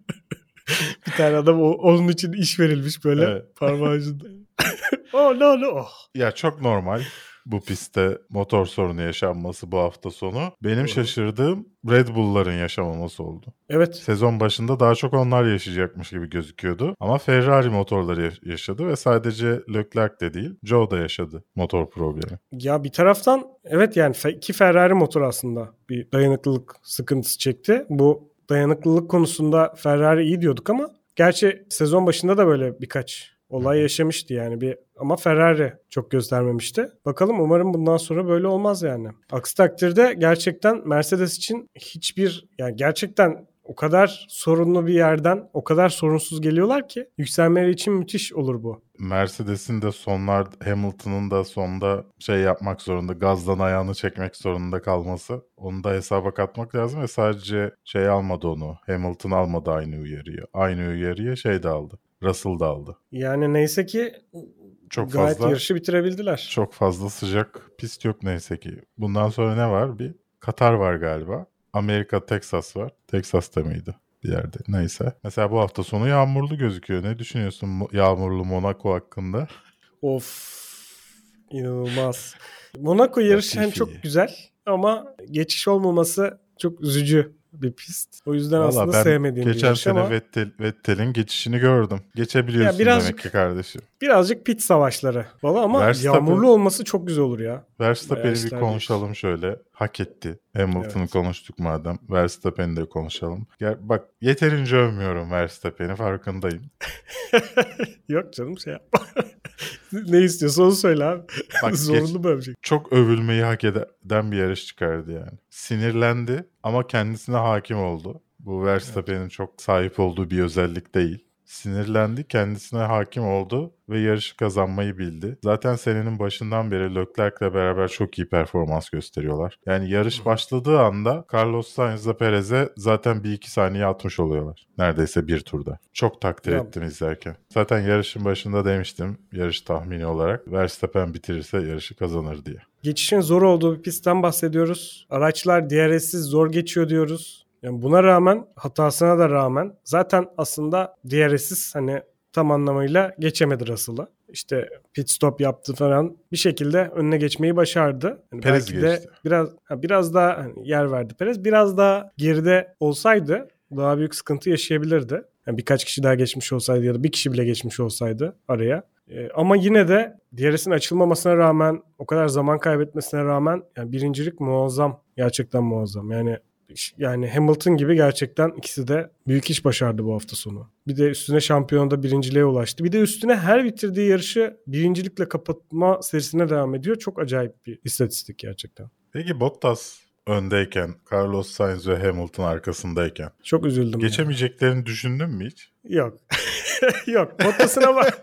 Bir tane adam o, onun için iş verilmiş böyle evet. Parmağı ucunda. Oh no no. Oh. Ya çok normal bu pistte motor sorunu yaşanması bu hafta sonu. Benim şaşırdığım Red Bull'ların yaşamaması oldu. Evet. Sezon başında daha çok onlar yaşayacakmış gibi gözüküyordu. Ama Ferrari motorları yaşadı ve sadece Leclerc de değil, Zhou da yaşadı motor problemi. Ya bir taraftan evet yani iki Ferrari motor aslında bir dayanıklılık sıkıntısı çekti. Bu dayanıklılık konusunda Ferrari iyi diyorduk ama gerçi sezon başında da böyle birkaç olay yaşamıştı yani bir ama Ferrari çok göstermemişti. Bakalım umarım bundan sonra böyle olmaz yani. Aksi takdirde gerçekten Mercedes için hiçbir yani gerçekten o kadar sorunlu bir yerden o kadar sorunsuz geliyorlar ki yükselmeleri için müthiş olur bu. Mercedes'in de sonlar Hamilton'ın da sonda şey yapmak zorunda, gazdan ayağını çekmek zorunda kalması. Onu da hesaba katmak lazım ve sadece şey almadı onu. Hamilton almadı aynı uyarıyı. Aynı uyarıyı şey de aldı. Russell da aldı. Yani neyse ki çok gayet fazla, yarışı bitirebildiler. Çok fazla sıcak pist yok neyse ki. Bundan sonra ne var? Bir Katar var galiba. Amerika, Texas var. Texas'ta mıydı? Bir yerde. Neyse. Mesela bu hafta sonu yağmurlu gözüküyor. Ne düşünüyorsun yağmurlu Monaco hakkında? Of. İnanılmaz. Monaco yarışı hem çok güzel ama geçiş olmaması çok üzücü bir pist. O yüzden Vallahi aslında sevmediğim bir yarış ama. Geçen sene Vettel, Vettel'in geçişini gördüm. Geçebiliyorsun birazcık, demek ki kardeşim. Birazcık pit savaşları. Valla ama Verstappen, yağmurlu olması çok güzel olur ya. Verstappen'i bir konuşalım değil. Şöyle. Hak etti. Hamilton'ı evet. konuştuk madem. Verstappen'i de konuşalım. Gel, bak yeterince övmüyorum Verstappen'i, farkındayım. Yok canım şey yapma. Ne istiyorsa onu söyle abi. Bak, zorunlu böyle bir şey. Çok övülmeyi hak eden bir yarış çıkardı yani. Sinirlendi ama kendisine hakim oldu. Bu Verstappen'in evet. çok sahip olduğu bir özellik değil. Sinirlendi, kendisine hakim oldu ve yarışı kazanmayı bildi. Zaten senenin başından beri Leclerc'le beraber çok iyi performans gösteriyorlar. Yani yarış başladığı anda Carlos Sainz'la Perez'e zaten bir iki saniye atmış oluyorlar. Neredeyse bir turda. Çok takdir ya. ettim izlerken. Zaten yarışın başında demiştim, yarış tahmini olarak Verstappen bitirirse yarışı kazanır diye. Geçişin zor olduğu bir pistten bahsediyoruz. Araçlar D R S'siz zor geçiyor diyoruz. Yani buna rağmen, hatasına da rağmen zaten aslında D R S'siz hani tam anlamıyla geçemedi Russell'ı. İşte pit stop yaptı falan, bir şekilde önüne geçmeyi başardı. Yani Perez belki geçti. de biraz biraz daha hani yer verdi Perez. Biraz daha geride olsaydı daha büyük sıkıntı yaşayabilirdi. Yani birkaç kişi daha geçmiş olsaydı ya da bir kişi bile geçmiş olsaydı araya. Ee, ama yine de D R S'in açılmamasına rağmen, o kadar zaman kaybetmesine rağmen yani birincilik muazzam. Gerçekten muazzam. Yani Yani Hamilton gibi gerçekten ikisi de büyük iş başardı bu hafta sonu. Bir de üstüne şampiyonada birinciliğe ulaştı. Bir de üstüne her bitirdiği yarışı birincilikle kapatma serisine devam ediyor. Çok acayip bir istatistik gerçekten. Peki Bottas öndeyken, Carlos Sainz ve Hamilton arkasındayken çok üzüldüm. Geçemeyeceklerini yani. Düşündün mü hiç? Yok. Yok. Bottas'ına bak.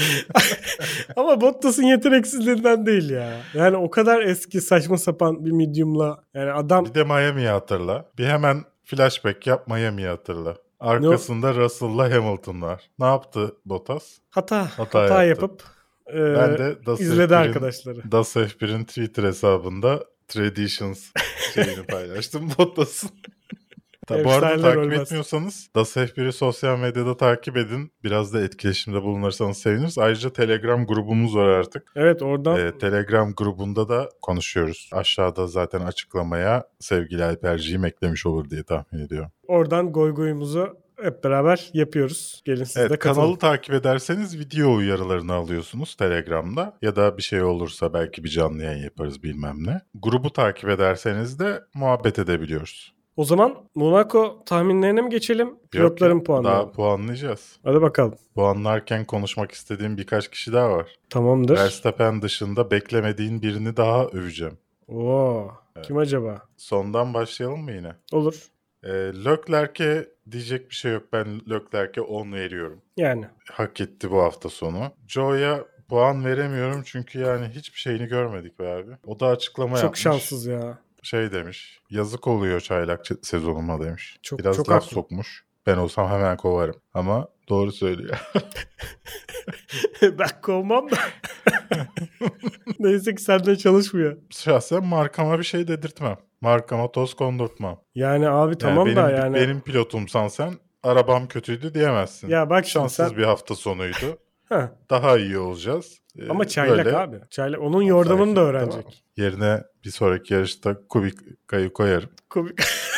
Ama Bottas'ın yeteneksizliğinden değil ya. Yani o kadar eski saçma sapan bir medium'la. Yani adam... Bir de Miami'yi hatırla. Bir hemen flashback yap, Miami'yi hatırla. Arkasında no. Russell'la Hamilton var. Ne yaptı Bottas? Hata. Hata, hata yapıp e, Ben de Das izledi F bir'in arkadaşları. Das F bir'in Twitter hesabında Traditions şeyini paylaştım. Bottas'ın. Ta, bu arada Efsaneler takip ölmez. etmiyorsanız Das F bir'i sosyal medyada takip edin. Biraz da etkileşimde bulunursanız seviniriz. Ayrıca Telegram grubumuz var artık. Evet oradan Ee, Telegram grubunda da konuşuyoruz. Aşağıda zaten açıklamaya sevgili Alperciğim eklemiş olur diye tahmin ediyorum. oradan goy goyumuzu hep beraber yapıyoruz. Gelin siz de Evet, katılın. kanalı takip ederseniz video uyarılarını alıyorsunuz Telegram'da. Ya da bir şey olursa belki bir canlı yayın yaparız bilmem ne. Grubu takip ederseniz de muhabbet edebiliyoruz. O zaman Monaco tahminlerine mi geçelim? Pilotların Yok, puanları. daha puanlayacağız. Hadi bakalım. Puanlarken konuşmak istediğim birkaç kişi daha var. Tamamdır. Verstappen dışında beklemediğin birini daha öveceğim. Oo, kim acaba? Sondan başlayalım mı yine? Olur. Ee, Leclerc'e diyecek bir şey yok. Ben Leclerc'e on veriyorum. Yani. Hak etti bu hafta sonu. Joe'ya puan veremiyorum çünkü yani hiçbir şeyini görmedik be abi. O da açıklama Çok yapmış. şanssız ya. Şey demiş. Yazık oluyor çaylak ç- sezonuma demiş. Çok- Biraz çok laf haklı. sokmuş. Ben olsam hemen kovarım. Ama doğru söylüyor. Ben kovmam da. Neyse ki senden çalışmıyor. Şahsen markama bir şey dedirtmem. Markama toz kondurtmam. Yani abi Yani tamam benim, da yani. benim pilotumsan sen arabam kötüydü diyemezsin. Ya bak şimdi Şanssız sen- bir hafta sonuydu. Heh. Daha iyi olacağız. Ee, Ama çaylak böyle- abi. Çaylak. Onun yordamını da öğrenecek. Tamam. Yerine bir sonraki yarışta Kubica'yı koyarım. Komik.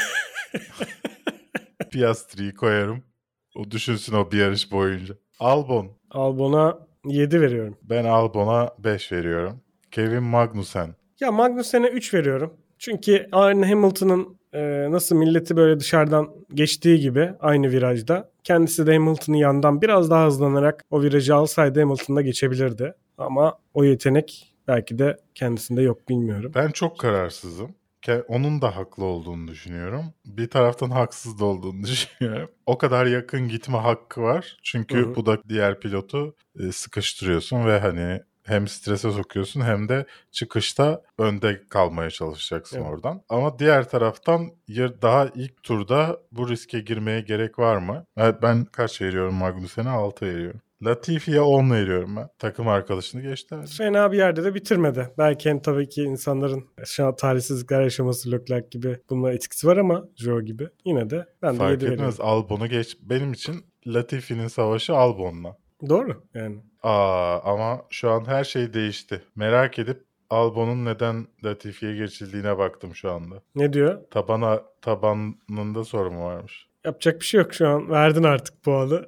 Piastri'yi koyarım. O düşünsün o bir yarış boyunca. Albon. Albon'a yedi veriyorum. Ben Albon'a beş veriyorum. Kevin Magnussen. Ya Magnussen'e üç veriyorum. Çünkü aynı Hamilton'ın e, nasıl milleti böyle dışarıdan geçtiği gibi aynı virajda. Kendisi de Hamilton'ın yandan biraz daha hızlanarak o virajı alsaydı Hamilton'da geçebilirdi. Ama o yetenek belki de kendisinde yok, bilmiyorum. Ben çok kararsızım. Ke- Onun da haklı olduğunu düşünüyorum. Bir taraftan haksız da olduğunu düşünüyorum. O kadar yakın gitme hakkı var. Çünkü Hı hı. bu da diğer pilotu e, sıkıştırıyorsun ve hani hem strese sokuyorsun hem de çıkışta önde kalmaya çalışacaksın Evet. oradan. Ama diğer taraftan ya- daha ilk turda bu riske girmeye gerek var mı? Evet, ben kaç veriyorum Magnussen'e? altı veriyorum. Latifi'ye on veriyorum ben. Takım arkadaşını geçti. abi. Fena bir yerde de bitirmedi. Belki hem tabii ki insanların şu an talihsizlikler yaşaması Leclerc gibi bununla etkisi var ama Joe gibi. Yine de ben de Fark yedi veriyorum. etmez. Albon'u geç. Benim için Latifi'nin savaşı Albon'la. Doğru yani. Aa, ama şu an her şey değişti. Merak edip Albon'un neden Latifi'ye geçildiğine baktım şu anda. Ne diyor? Tabana tabanında sorun varmış. Yapacak bir şey yok şu an. Verdin artık puanı.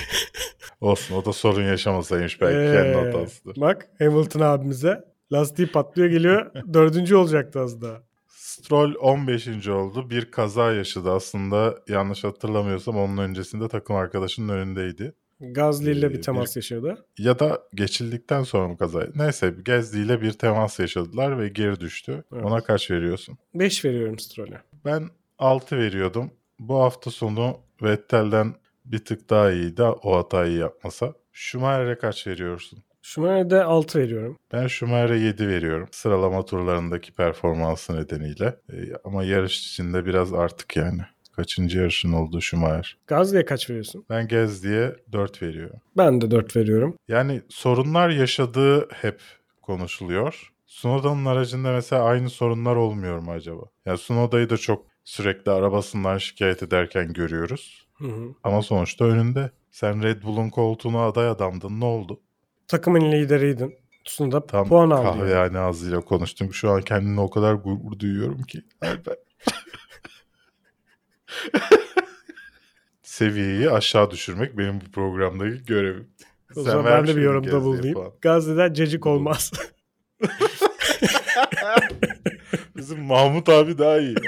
Olsun, o da sorun yaşamasaymış belki Ee, kendi hatasıdır. Bak Hamilton abimize lastiği patlıyor geliyor. Dördüncü olacaktı az daha. Stroll on beşinci oldu. Bir kaza yaşadı aslında. Yanlış hatırlamıyorsam onun öncesinde takım arkadaşının önündeydi. Gasly ile Ee, bir temas yaşadı. Ya da geçildikten sonra mı kaza? Neyse, Gasly ile bir temas yaşadılar ve geri düştü. Evet. Ona kaç veriyorsun? beş veriyorum Stroll'e. Ben altı veriyordum. Bu hafta sonu Vettel'den bir tık daha iyiydi o hatayı yapmasa. Schumacher'e kaç veriyorsun? Schumacher'e altı veriyorum. Ben Schumacher'e yedi veriyorum. Sıralama turlarındaki performansı nedeniyle. Ee, ama yarış içinde biraz artık yani. Kaçıncı yarışın olduğu Schumacher. Gasly'e kaç veriyorsun? Ben Gasly'ye dört veriyorum. Ben de dört veriyorum. Yani sorunlar yaşadığı hep konuşuluyor. Tsunoda'nın aracında mesela aynı sorunlar olmuyor mu acaba? Yani Tsunoda'yı da çok sürekli arabasından şikayet ederken görüyoruz. Hı hı. Ama sonuçta önünde. Sen Red Bull'un koltuğuna aday adamdın, ne oldu? Takımın lideriydin. Tsunoda Tam puan aldı. kahve yani. yani ağzıyla konuştum. Şu an kendimle o kadar gurur duyuyorum ki. Alper. Seviyeyi aşağı düşürmek benim bu programdaki görevim. O Sen zaman ben vermiş de bir miydin yorumda Gasly'ye bulunayım. puan? Gasly'den cacık olmaz. Bizim Mahmut abi daha iyi.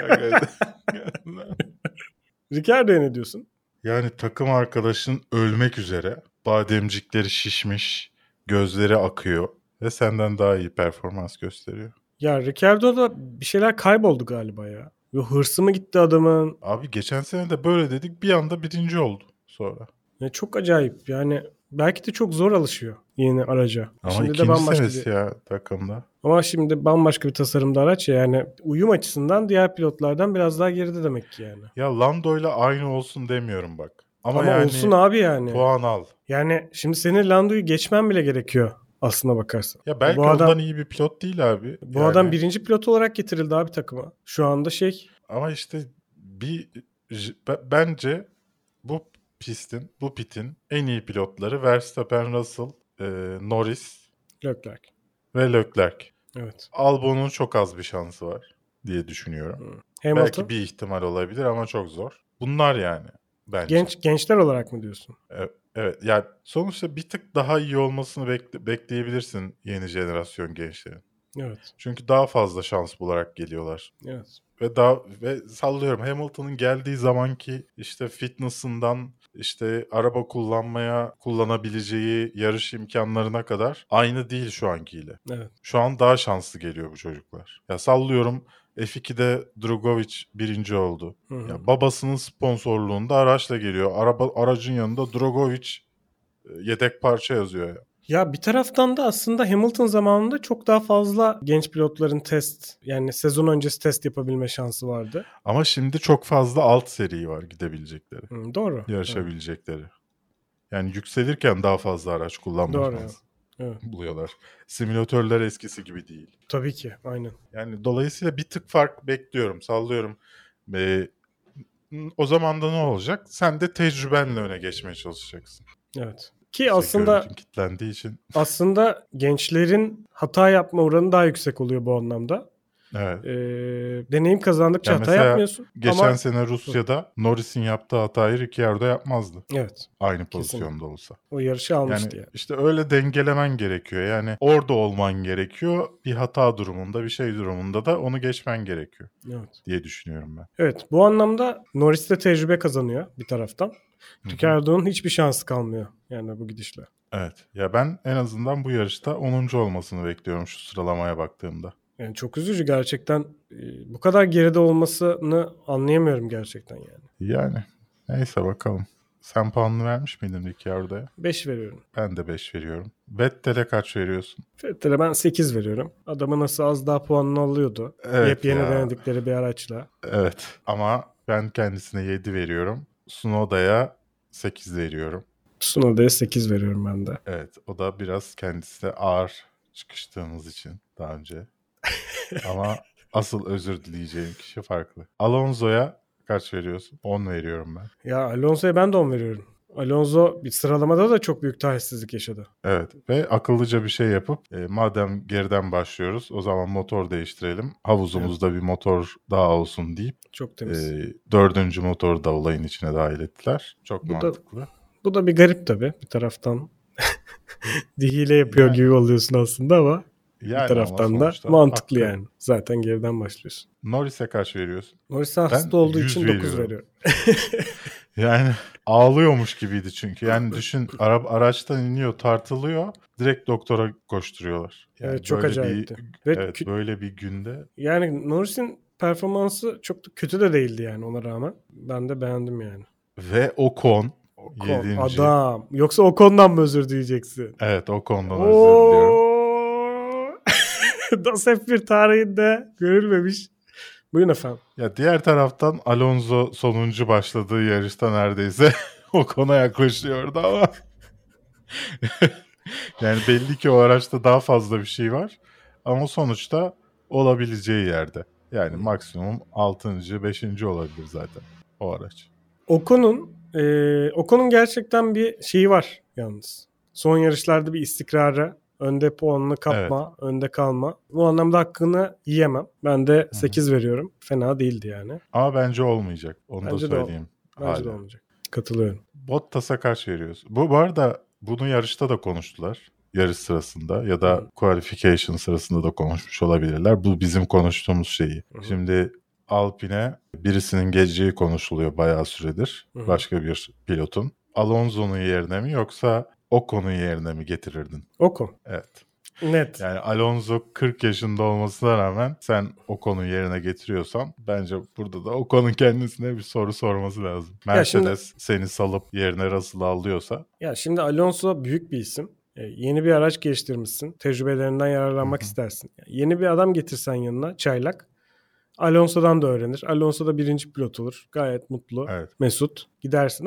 Ricciardo'ya ne diyorsun? Yani takım arkadaşın ölmek üzere. Bademcikleri şişmiş. Gözleri akıyor. Ve senden daha iyi performans gösteriyor. Ya Ricciardo'da bir şeyler kayboldu galiba ya. Yo, hırsı mı gitti adamın? Abi geçen sene de böyle dedik. Bir anda birinci oldu sonra. Ya çok acayip yani. Belki de çok zor alışıyor yeni araca. Ama şimdi de ikinci bambaşka senesi bir... ya takımda. Ama şimdi bambaşka bir tasarımda araç ya, yani uyum açısından diğer pilotlardan biraz daha geride demek ki yani. Ya Lando'yla aynı olsun demiyorum bak. Ama, Ama yani olsun abi yani. puan al. Yani şimdi senin Lando'yu geçmen bile gerekiyor aslına bakarsan. Ya belki bu ondan adam, iyi bir pilot değil abi. Bu yani... adam birinci pilot olarak getirildi abi takıma. Şu anda şey. Ama işte bir bence bu pistin, bu pitin en iyi pilotları Verstappen, Russell, e, Norris, Leclerc ve Leclerc. Evet. Albon'un çok az bir şansı var diye düşünüyorum. Hmm. Belki bir ihtimal olabilir ama çok zor. Bunlar yani bence. Genç gençler olarak mı diyorsun? Evet. Evet. Yani sonuçta bir tık daha iyi olmasını bekle- bekleyebilirsin yeni jenerasyon gençlerin. Evet. Çünkü daha fazla şans bularak geliyorlar. Evet. Ve daha ve sallıyorum Hamilton'ın geldiği zamanki işte fitness'ından işte araba kullanmaya kullanabileceği yarış imkanlarına kadar aynı değil şu ankiyle. Evet. Şu an daha şanslı geliyor bu çocuklar. Ya sallıyorum F iki'de Drugovic birinci oldu. Hı hı. Ya babasının sponsorluğunda araçla geliyor. Araba aracın yanında Drugovic yedek parça yazıyor ya. Ya bir taraftan da aslında Hamilton zamanında çok daha fazla genç pilotların test, yani sezon öncesi test yapabilme şansı vardı. Ama şimdi çok fazla alt seri var gidebilecekleri. Hı, doğru. Yarışabilecekleri. Yani yükselirken daha fazla araç kullanma Doğru, şansı evet. buluyorlar. Simülatörler eskisi gibi değil. Tabii ki, aynen. Yani dolayısıyla bir tık fark bekliyorum, sallıyorum. Ee, o zaman da ne olacak? Sen de tecrübenle öne geçmeye çalışacaksın. Evet. Ki İşte aslında görüntün kilitlendiği için. Aslında gençlerin hata yapma oranı daha yüksek oluyor bu anlamda. Evet. Ee, deneyim kazandıkça Yani hata yapmıyorsun. Geçen ama... sene Rusya'da Norris'in yaptığı hatayı Ricciardo yapmazdı. Evet. Aynı pozisyonda kesinlikle olsa. O yarışı almıştı yani. Yani işte öyle dengelemen gerekiyor. Yani orada olman gerekiyor. Bir hata durumunda, bir şey durumunda da onu geçmen gerekiyor. Evet. Diye düşünüyorum ben. Evet. Bu anlamda Norris de tecrübe kazanıyor bir taraftan. Ricciardo'nun hiçbir şansı kalmıyor yani bu gidişle. Evet. Ya ben en azından bu yarışta onuncu olmasını bekliyorum şu sıralamaya baktığımda. Yani çok üzücü gerçekten. Bu kadar geride olmasını anlayamıyorum gerçekten yani. Yani neyse bakalım. Sen puanını vermiş miydin Ricciardo'ya? beş veriyorum. Ben de beş veriyorum. Vettel'e kaç veriyorsun? Vettel'e ben sekiz veriyorum. Adamı nasıl az daha puanını alıyordu. Evet Yepyeni ya. denedikleri bir araçla. Evet ama ben kendisine yedi veriyorum. Tsunoda'ya sekiz veriyorum. Tsunoda'ya sekiz veriyorum ben de. Evet, o da biraz kendisine ağır çıkıştığımız için daha önce. Ama asıl özür dileyeceğim kişi farklı. Alonso'ya kaç veriyorsun? on veriyorum ben. Ya Alonso'ya ben de on veriyorum. Alonso bir sıralamada da çok büyük talihsizlik yaşadı. Evet ve akıllıca bir şey yapıp e, madem geriden başlıyoruz o zaman motor değiştirelim. Havuzumuzda evet. bir motor daha olsun deyip çok temiz. E, dördüncü motoru da olayın içine dahil ettiler. Çok bu mantıklı. Da, bu da bir garip tabii bir taraftan. Hile yapıyor yani, gibi oluyorsun aslında ama yani bir taraftan da mantıklı hakkı. Yani. Zaten geriden başlıyorsun. Norris'e kaç veriyorsun? Norris'e hasta olduğu için dokuz veriyorum. Yani ağlıyormuş gibiydi çünkü. Yani düşün ara, araçtan iniyor, tartılıyor. Direkt doktora koşturuyorlar. Yani evet çok acayipti. Bir, evet kü- böyle bir günde. Yani Norris'in performansı çok da kötü de değildi yani ona rağmen. Ben de beğendim yani. Ve Ocon. Ocon yedinci. Adam. Yoksa Ocon'dan mı özür dileyeceksin? Evet Ocon'dan özür diliyorum. Das F bir tarihinde görülmemiş. Buyurun efendim. Ya diğer taraftan Alonso sonuncu başladığı yarışta neredeyse Ocon'a yaklaşıyordu ama yani belli ki o araçta daha fazla bir şey var ama sonuçta olabileceği yerde. Yani maksimum altıncı beşinci olabilir zaten o araç. Ocon'un e, Ocon'un gerçekten bir şeyi var yalnız. Son yarışlarda bir istikrarı, önde puanını kapma, evet. önde kalma. Bu anlamda hakkını yiyemem. Ben de sekiz Hı-hı. veriyorum. Fena değildi yani. Ama bence olmayacak. Onu bence da söyleyeyim. De bence de olmayacak. Katılıyorum. Bottas'a kaç veriyorsun? Bu, bu arada bunu yarışta da konuştular. Yarış sırasında ya da Hı-hı. qualification sırasında da konuşmuş olabilirler. Bu bizim konuştuğumuz şeyi. Hı-hı. Şimdi Alpine birisinin geleceği konuşuluyor bayağı süredir. Hı-hı. Başka bir pilotun. Alonso'nun yerine mi yoksa Ocon'un yerine mi getirirdin? Ocon. Evet. Net. Yani Alonso kırk yaşında olmasına rağmen sen Ocon'un yerine getiriyorsan bence burada da Ocon'un kendisine bir soru sorması lazım. Mercedes şimdi, seni salıp yerine Russell'ı alıyorsa. Ya şimdi Alonso büyük bir isim. E, yeni bir araç geliştirmişsin. Tecrübelerinden yararlanmak Hı-hı. istersin. Yani yeni bir adam getirsen yanına çaylak. Alonso'dan da öğrenir. Alonso da birinci pilot olur. Gayet mutlu. Evet. Mesut. Gidersin ama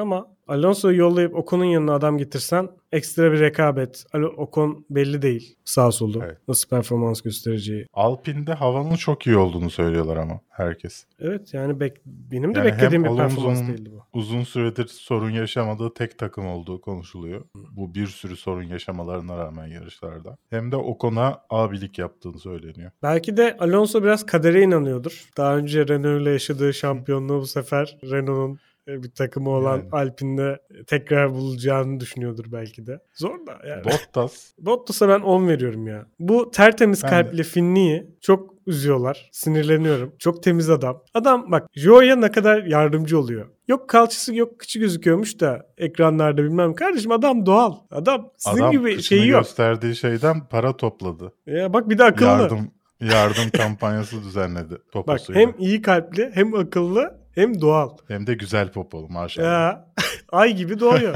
Alonso'yu yollayıp Ocon'un yanına adam getirsen ekstra bir rekabet. Ocon belli değil sağ solda Evet. nasıl performans göstereceği. Alpine'de havanın çok iyi olduğunu söylüyorlar ama herkes. Evet yani bek- benim de Yani beklediğim hem bir performans Alonso'nun değildi bu. uzun süredir sorun yaşamadığı tek takım olduğu konuşuluyor. Bu bir sürü sorun yaşamalarına rağmen yarışlarda. Hem de Ocon'a abilik yaptığını söyleniyor. Belki de Alonso biraz kadere inanıyordur. Daha önce Renault ile yaşadığı şampiyonluğu bu sefer Renault'un bir takımı olan Yani. Alpine'de tekrar bulacağını düşünüyordur belki de. Zor da yani. Bottas Bottas'a ben on veriyorum ya. Bu tertemiz Ben kalpli Finli'yi çok üzüyorlar. Sinirleniyorum. Çok temiz adam. Adam bak Joe'ya ne kadar yardımcı oluyor. Yok kalçası yok kıçı gözüküyormuş da ekranlarda bilmem. Kardeşim adam doğal. Adam sizin adam gibi kıçını şeyi yok. gösterdiği şeyden para topladı. Ya bak bir de akıllı. Yardım yardım kampanyası düzenledi Bak poposuyla. hem iyi kalpli hem akıllı hem doğal. Hem de güzel popolu maşallah. Ya ay gibi doğuyor.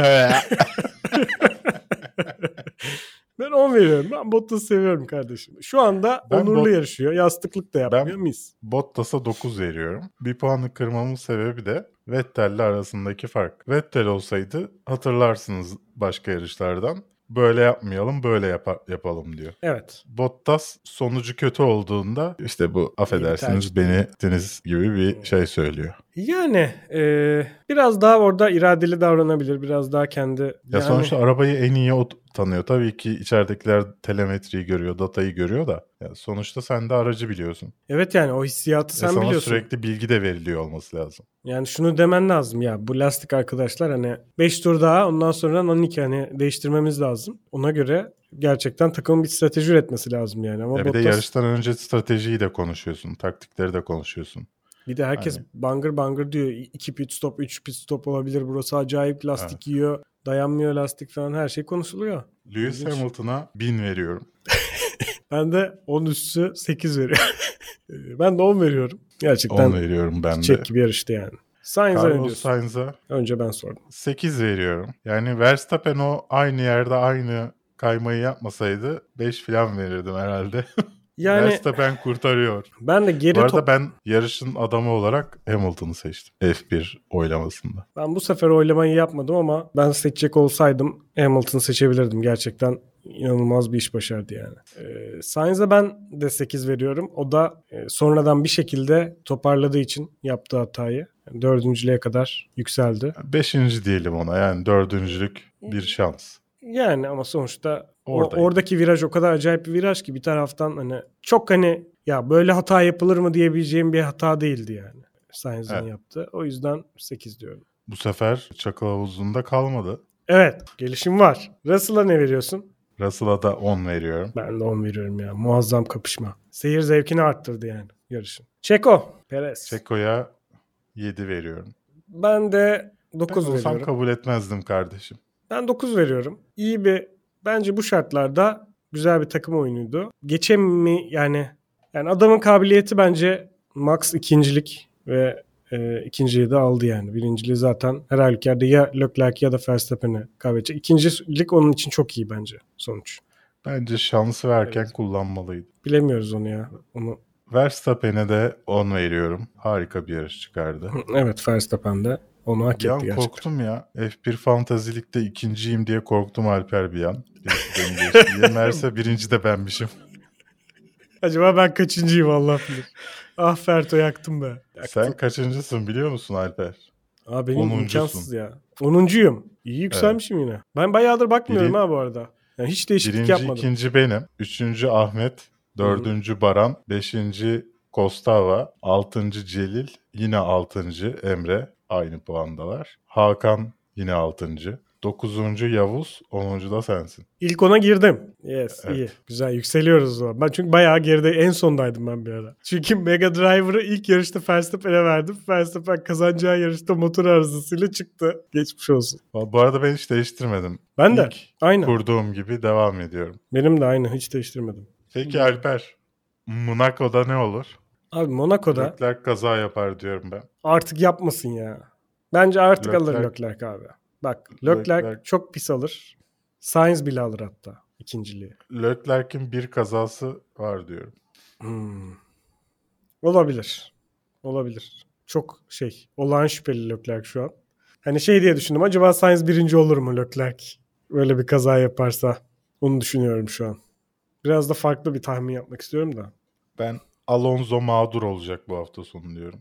Ben on veriyorum. Ben Bottas'ı seviyorum kardeşim. Şu anda Ben onurlu Bot- yarışıyor. Yastıklık da yapmıyor. Ben- Mis. Bottas'a dokuz veriyorum. Bir puanı kırmamın sebebi de Vettel'le arasındaki fark. Vettel olsaydı hatırlarsınız başka yarışlardan. Böyle yapmayalım, böyle yapa- yapalım diyor. Evet. Bottas sonucu kötü olduğunda işte bu affedersiniz tercih. beni deniz gibi bir şey söylüyor. Yani e, biraz daha orada iradeli davranabilir. Biraz daha kendi... Ya yani, sonuçta arabayı en iyi o tanıyor. Tabii ki içeridekiler telemetriyi görüyor, datayı görüyor da. Ya sonuçta sen de aracı biliyorsun. evet yani o hissiyatı Ve sen sana biliyorsun. sürekli bilgi de veriliyor olması lazım. Yani şunu demen lazım ya bu lastik arkadaşlar hani beş tur daha ondan sonra on iki hani değiştirmemiz lazım. Ona göre gerçekten takımın bir strateji üretmesi lazım yani. Ama Ya bir Bottas, de yarıştan önce stratejiyi de konuşuyorsun, taktikleri de konuşuyorsun. bir de herkes Hani- bangır bangır diyor. iki pit stop, üç pit stop olabilir. Burası acayip lastik Evet. yiyor. Dayanmıyor lastik falan her şey konuşuluyor. Lewis İlginç. Hamilton'a bin veriyorum. Ben de on üstü sekiz veriyorum. Ben de on veriyorum. Gerçekten on veriyorum ben de. çiçek gibi yarıştı yani. Sainz'a ne Carlos diyorsun? Sainz'a Önce ben sordum. sekiz veriyorum. Yani Verstappen o aynı yerde aynı kaymayı yapmasaydı beş falan verirdim herhalde. Yani Verstappen kurtarıyor. ben de geri Bu arada top... ben yarışın adamı olarak Hamilton'ı seçtim F bir oylamasında. Ben bu sefer oylamayı yapmadım ama ben seçecek olsaydım Hamilton'ı seçebilirdim. Gerçekten inanılmaz bir iş başardı yani. Ee, Sainz'a ben de sekiz veriyorum. O da e, sonradan bir şekilde toparladığı için yaptığı hatayı yani dördüncülüğe kadar yükseldi. Beşinci diyelim ona, yani dördüncülük bir şans. Yani ama sonuçta o, Oradaydı. oradaki viraj o kadar acayip bir viraj ki bir taraftan hani çok hani ya böyle hata yapılır mı diyebileceğim bir hata değildi yani. Sainz'ın Evet. yaptığı. O yüzden sekiz diyorum. Bu sefer çakıl havuzunda kalmadı. Evet, gelişim var. Russell'a ne veriyorsun? Russell'a da on veriyorum. Ben de on veriyorum ya. Muazzam kapışma. Seyir zevkini arttırdı yani yarışın. Checo, Perez. Çeko'ya yedi veriyorum. Ben de Ben dokuz olsam veriyorum. kabul etmezdim kardeşim. Ben dokuz veriyorum. İyi bir, bence bu şartlarda güzel bir takım oyunuydu. Geçem mi yani yani adamın kabiliyeti bence max ikincilik ve e, ikinciyi de aldı yani. Birinciliği zaten her halükarda ya Leclerc ya da Verstappen'e kaybedecek. İkincilik onun için çok iyi bence sonuç. Bence şansı verken Evet. kullanmalıydı. Bilemiyoruz onu ya. Onu Verstappen'e de on veriyorum. Harika bir yarış çıkardı. evet Verstappen de onu hak Bir etti an gerçekten. korktum ya. F bir Fantasy Lig'de ikinciyim diye korktum Alper bir an. Birisi beni geçti diye. Meğerse birinci de benmişim. Acaba ben kaçıncıyım Allah bilir. Ah Ferto yaktım be. Yaktım. Sen kaçıncısın biliyor musun Alper? Aa, benim onuncusun. imkansız ya. Onuncuyum. İyi yükselmişim yine. Ben bayağıdır bakmıyorum Biri- ha bu arada. Yani hiç değişiklik Birinci, yapmadım. ikinci benim. Üçüncü Ahmet. Dördüncü Baran. Beşinci Kostava. Altıncı Celil. Yine altıncı Emre. Aynı puandalar. Hakan yine altıncı. Dokuzuncu Yavuz. Onuncu da sensin. İlk ona girdim. Yes Evet. iyi. Güzel yükseliyoruz o zaman. Ben çünkü bayağı geride en sondaydım ben bir ara. Çünkü Mega Driver'ı ilk yarışta Verstappen'e verdim. Verstappen kazanacağı yarışta motor arızasıyla çıktı. Geçmiş olsun. Bu arada ben hiç değiştirmedim. Ben de. İlk Aynen. kurduğum gibi devam ediyorum. Benim de aynı. Hiç değiştirmedim. Peki Alper, Monaco'da ne olur? Abi Monaco'da Leclerc kaza yapar diyorum ben. artık yapmasın ya. Bence artık Leclerc- alır Leclerc abi. Bak Leclerc, Leclerc- çok pis alır. Sainz bile alır hatta ikinciliği. Leclerc'in bir kazası var diyorum. Hmm. Olabilir. Olabilir. Çok şey olağan şüpheli Leclerc şu an. Hani şey diye düşündüm. Acaba Sainz birinci olur mu Leclerc? Böyle bir kaza yaparsa. Onu düşünüyorum şu an. Biraz da farklı bir tahmin yapmak istiyorum da. Ben Alonso mağdur olacak bu hafta sonu diyorum.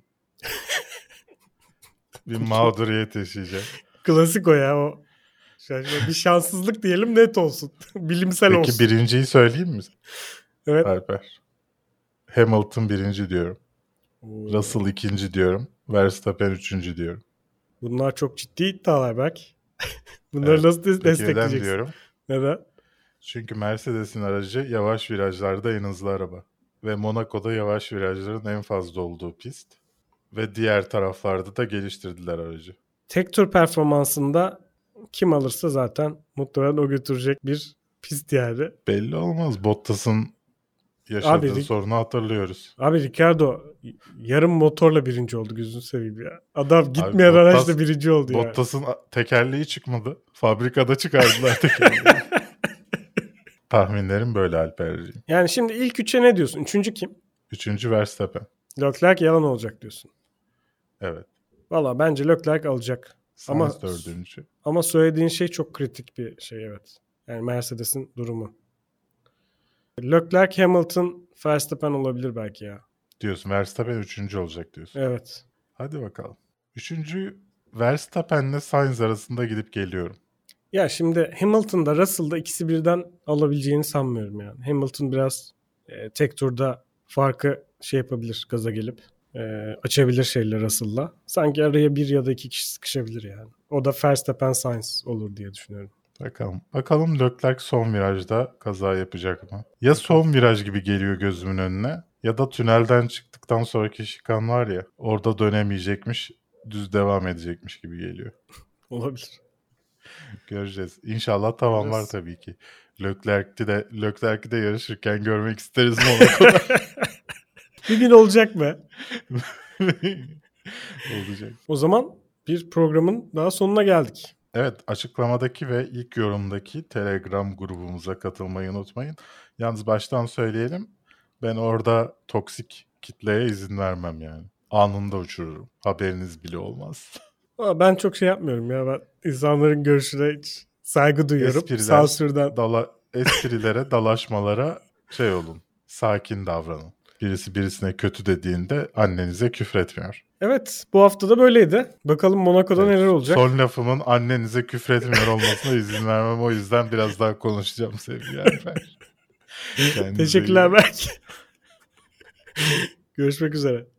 Bir mağduriyet yaşayacak. Klasik o ya o. Bir şanssızlık diyelim net olsun. Bilimsel Peki, olsun. Peki birinciyi söyleyeyim mi? Evet. Alper. Hamilton birinci diyorum. Oo. Russell ikinci diyorum. Verstappen üçüncü diyorum. Bunlar çok ciddi iddialar belki. Bunları evet. Nasıl des- destekleyeceksin? Neden diyorum? Neden? Çünkü Mercedes'in aracı yavaş virajlarda en hızlı araba. Ve Monaco'da yavaş virajların en fazla olduğu pist. Ve diğer taraflarda da geliştirdiler aracı. Tek tur performansında kim alırsa zaten muhtemelen o götürecek bir pist yani. Belli olmaz. Bottas'ın yaşadığı abi, sorunu hatırlıyoruz. Abi Ricardo yarım motorla birinci oldu, gözünü seveyim ya. Adam gitmeyen abi, araçla Bottas, birinci oldu ya. Bottas'ın tekerleği çıkmadı. Fabrikada çıkardılar tekerleği. Tahminlerim böyle Alper'ciğim. Yani şimdi ilk üçe ne diyorsun? Üçüncü kim? Üçüncü Verstappen. Leclerc yalan olacak diyorsun. Evet. Valla bence Leclerc alacak. Sainz ama dördüncü. Ama söylediğin şey çok kritik bir şey, evet. Yani Mercedes'in durumu. Leclerc, Hamilton, Verstappen olabilir belki ya. Diyorsun. Verstappen üçüncü olacak diyorsun. Evet. Hadi bakalım. Üçüncü Verstappen'le Sainz arasında gidip geliyorum. Ya şimdi Hamilton'da Russell'da ikisi birden alabileceğini sanmıyorum yani. Hamilton biraz e, tek turda farkı şey yapabilir, gaza gelip e, açabilir şeyle Russell'la. Sanki araya bir ya da iki kişi sıkışabilir yani. O da Verstappen Sainz olur diye düşünüyorum. Bakalım. Bakalım Leclerc son virajda kaza yapacak mı? Ya son viraj gibi geliyor gözümün önüne ya da tünelden çıktıktan sonraki şikan var ya, orada dönemeyecekmiş, düz devam edecekmiş gibi geliyor. Olabilir. Göreceğiz. İnşallah tamamlar tabii ki. Leclerc'i de Leclerc'i de yarışırken görmek isteriz Monaco'da. Bir gün olacak mı? Olacak. O zaman bir programın daha sonuna geldik. Evet, açıklamadaki ve ilk yorumdaki Telegram grubumuza katılmayı unutmayın. Yalnız baştan söyleyelim, ben orada toksik kitleye izin vermem yani. Anında uçururum. Haberiniz bile olmaz. Ben çok şey yapmıyorum ya. Ben insanların görüşüne hiç saygı duyuyorum. Espriler, sansürden. Dala, esprilere, dalaşmalara şey olun. Sakin davranın. Birisi birisine kötü dediğinde annenize küfretmiyor. Evet, bu hafta da böyleydi. Bakalım Monaco'da evet, neler olacak. Son lafımın annenize küfretmiyor olmasına izin vermem. O yüzden biraz daha konuşacağım sevgili Alper. Teşekkürler Berk. Görüşmek üzere.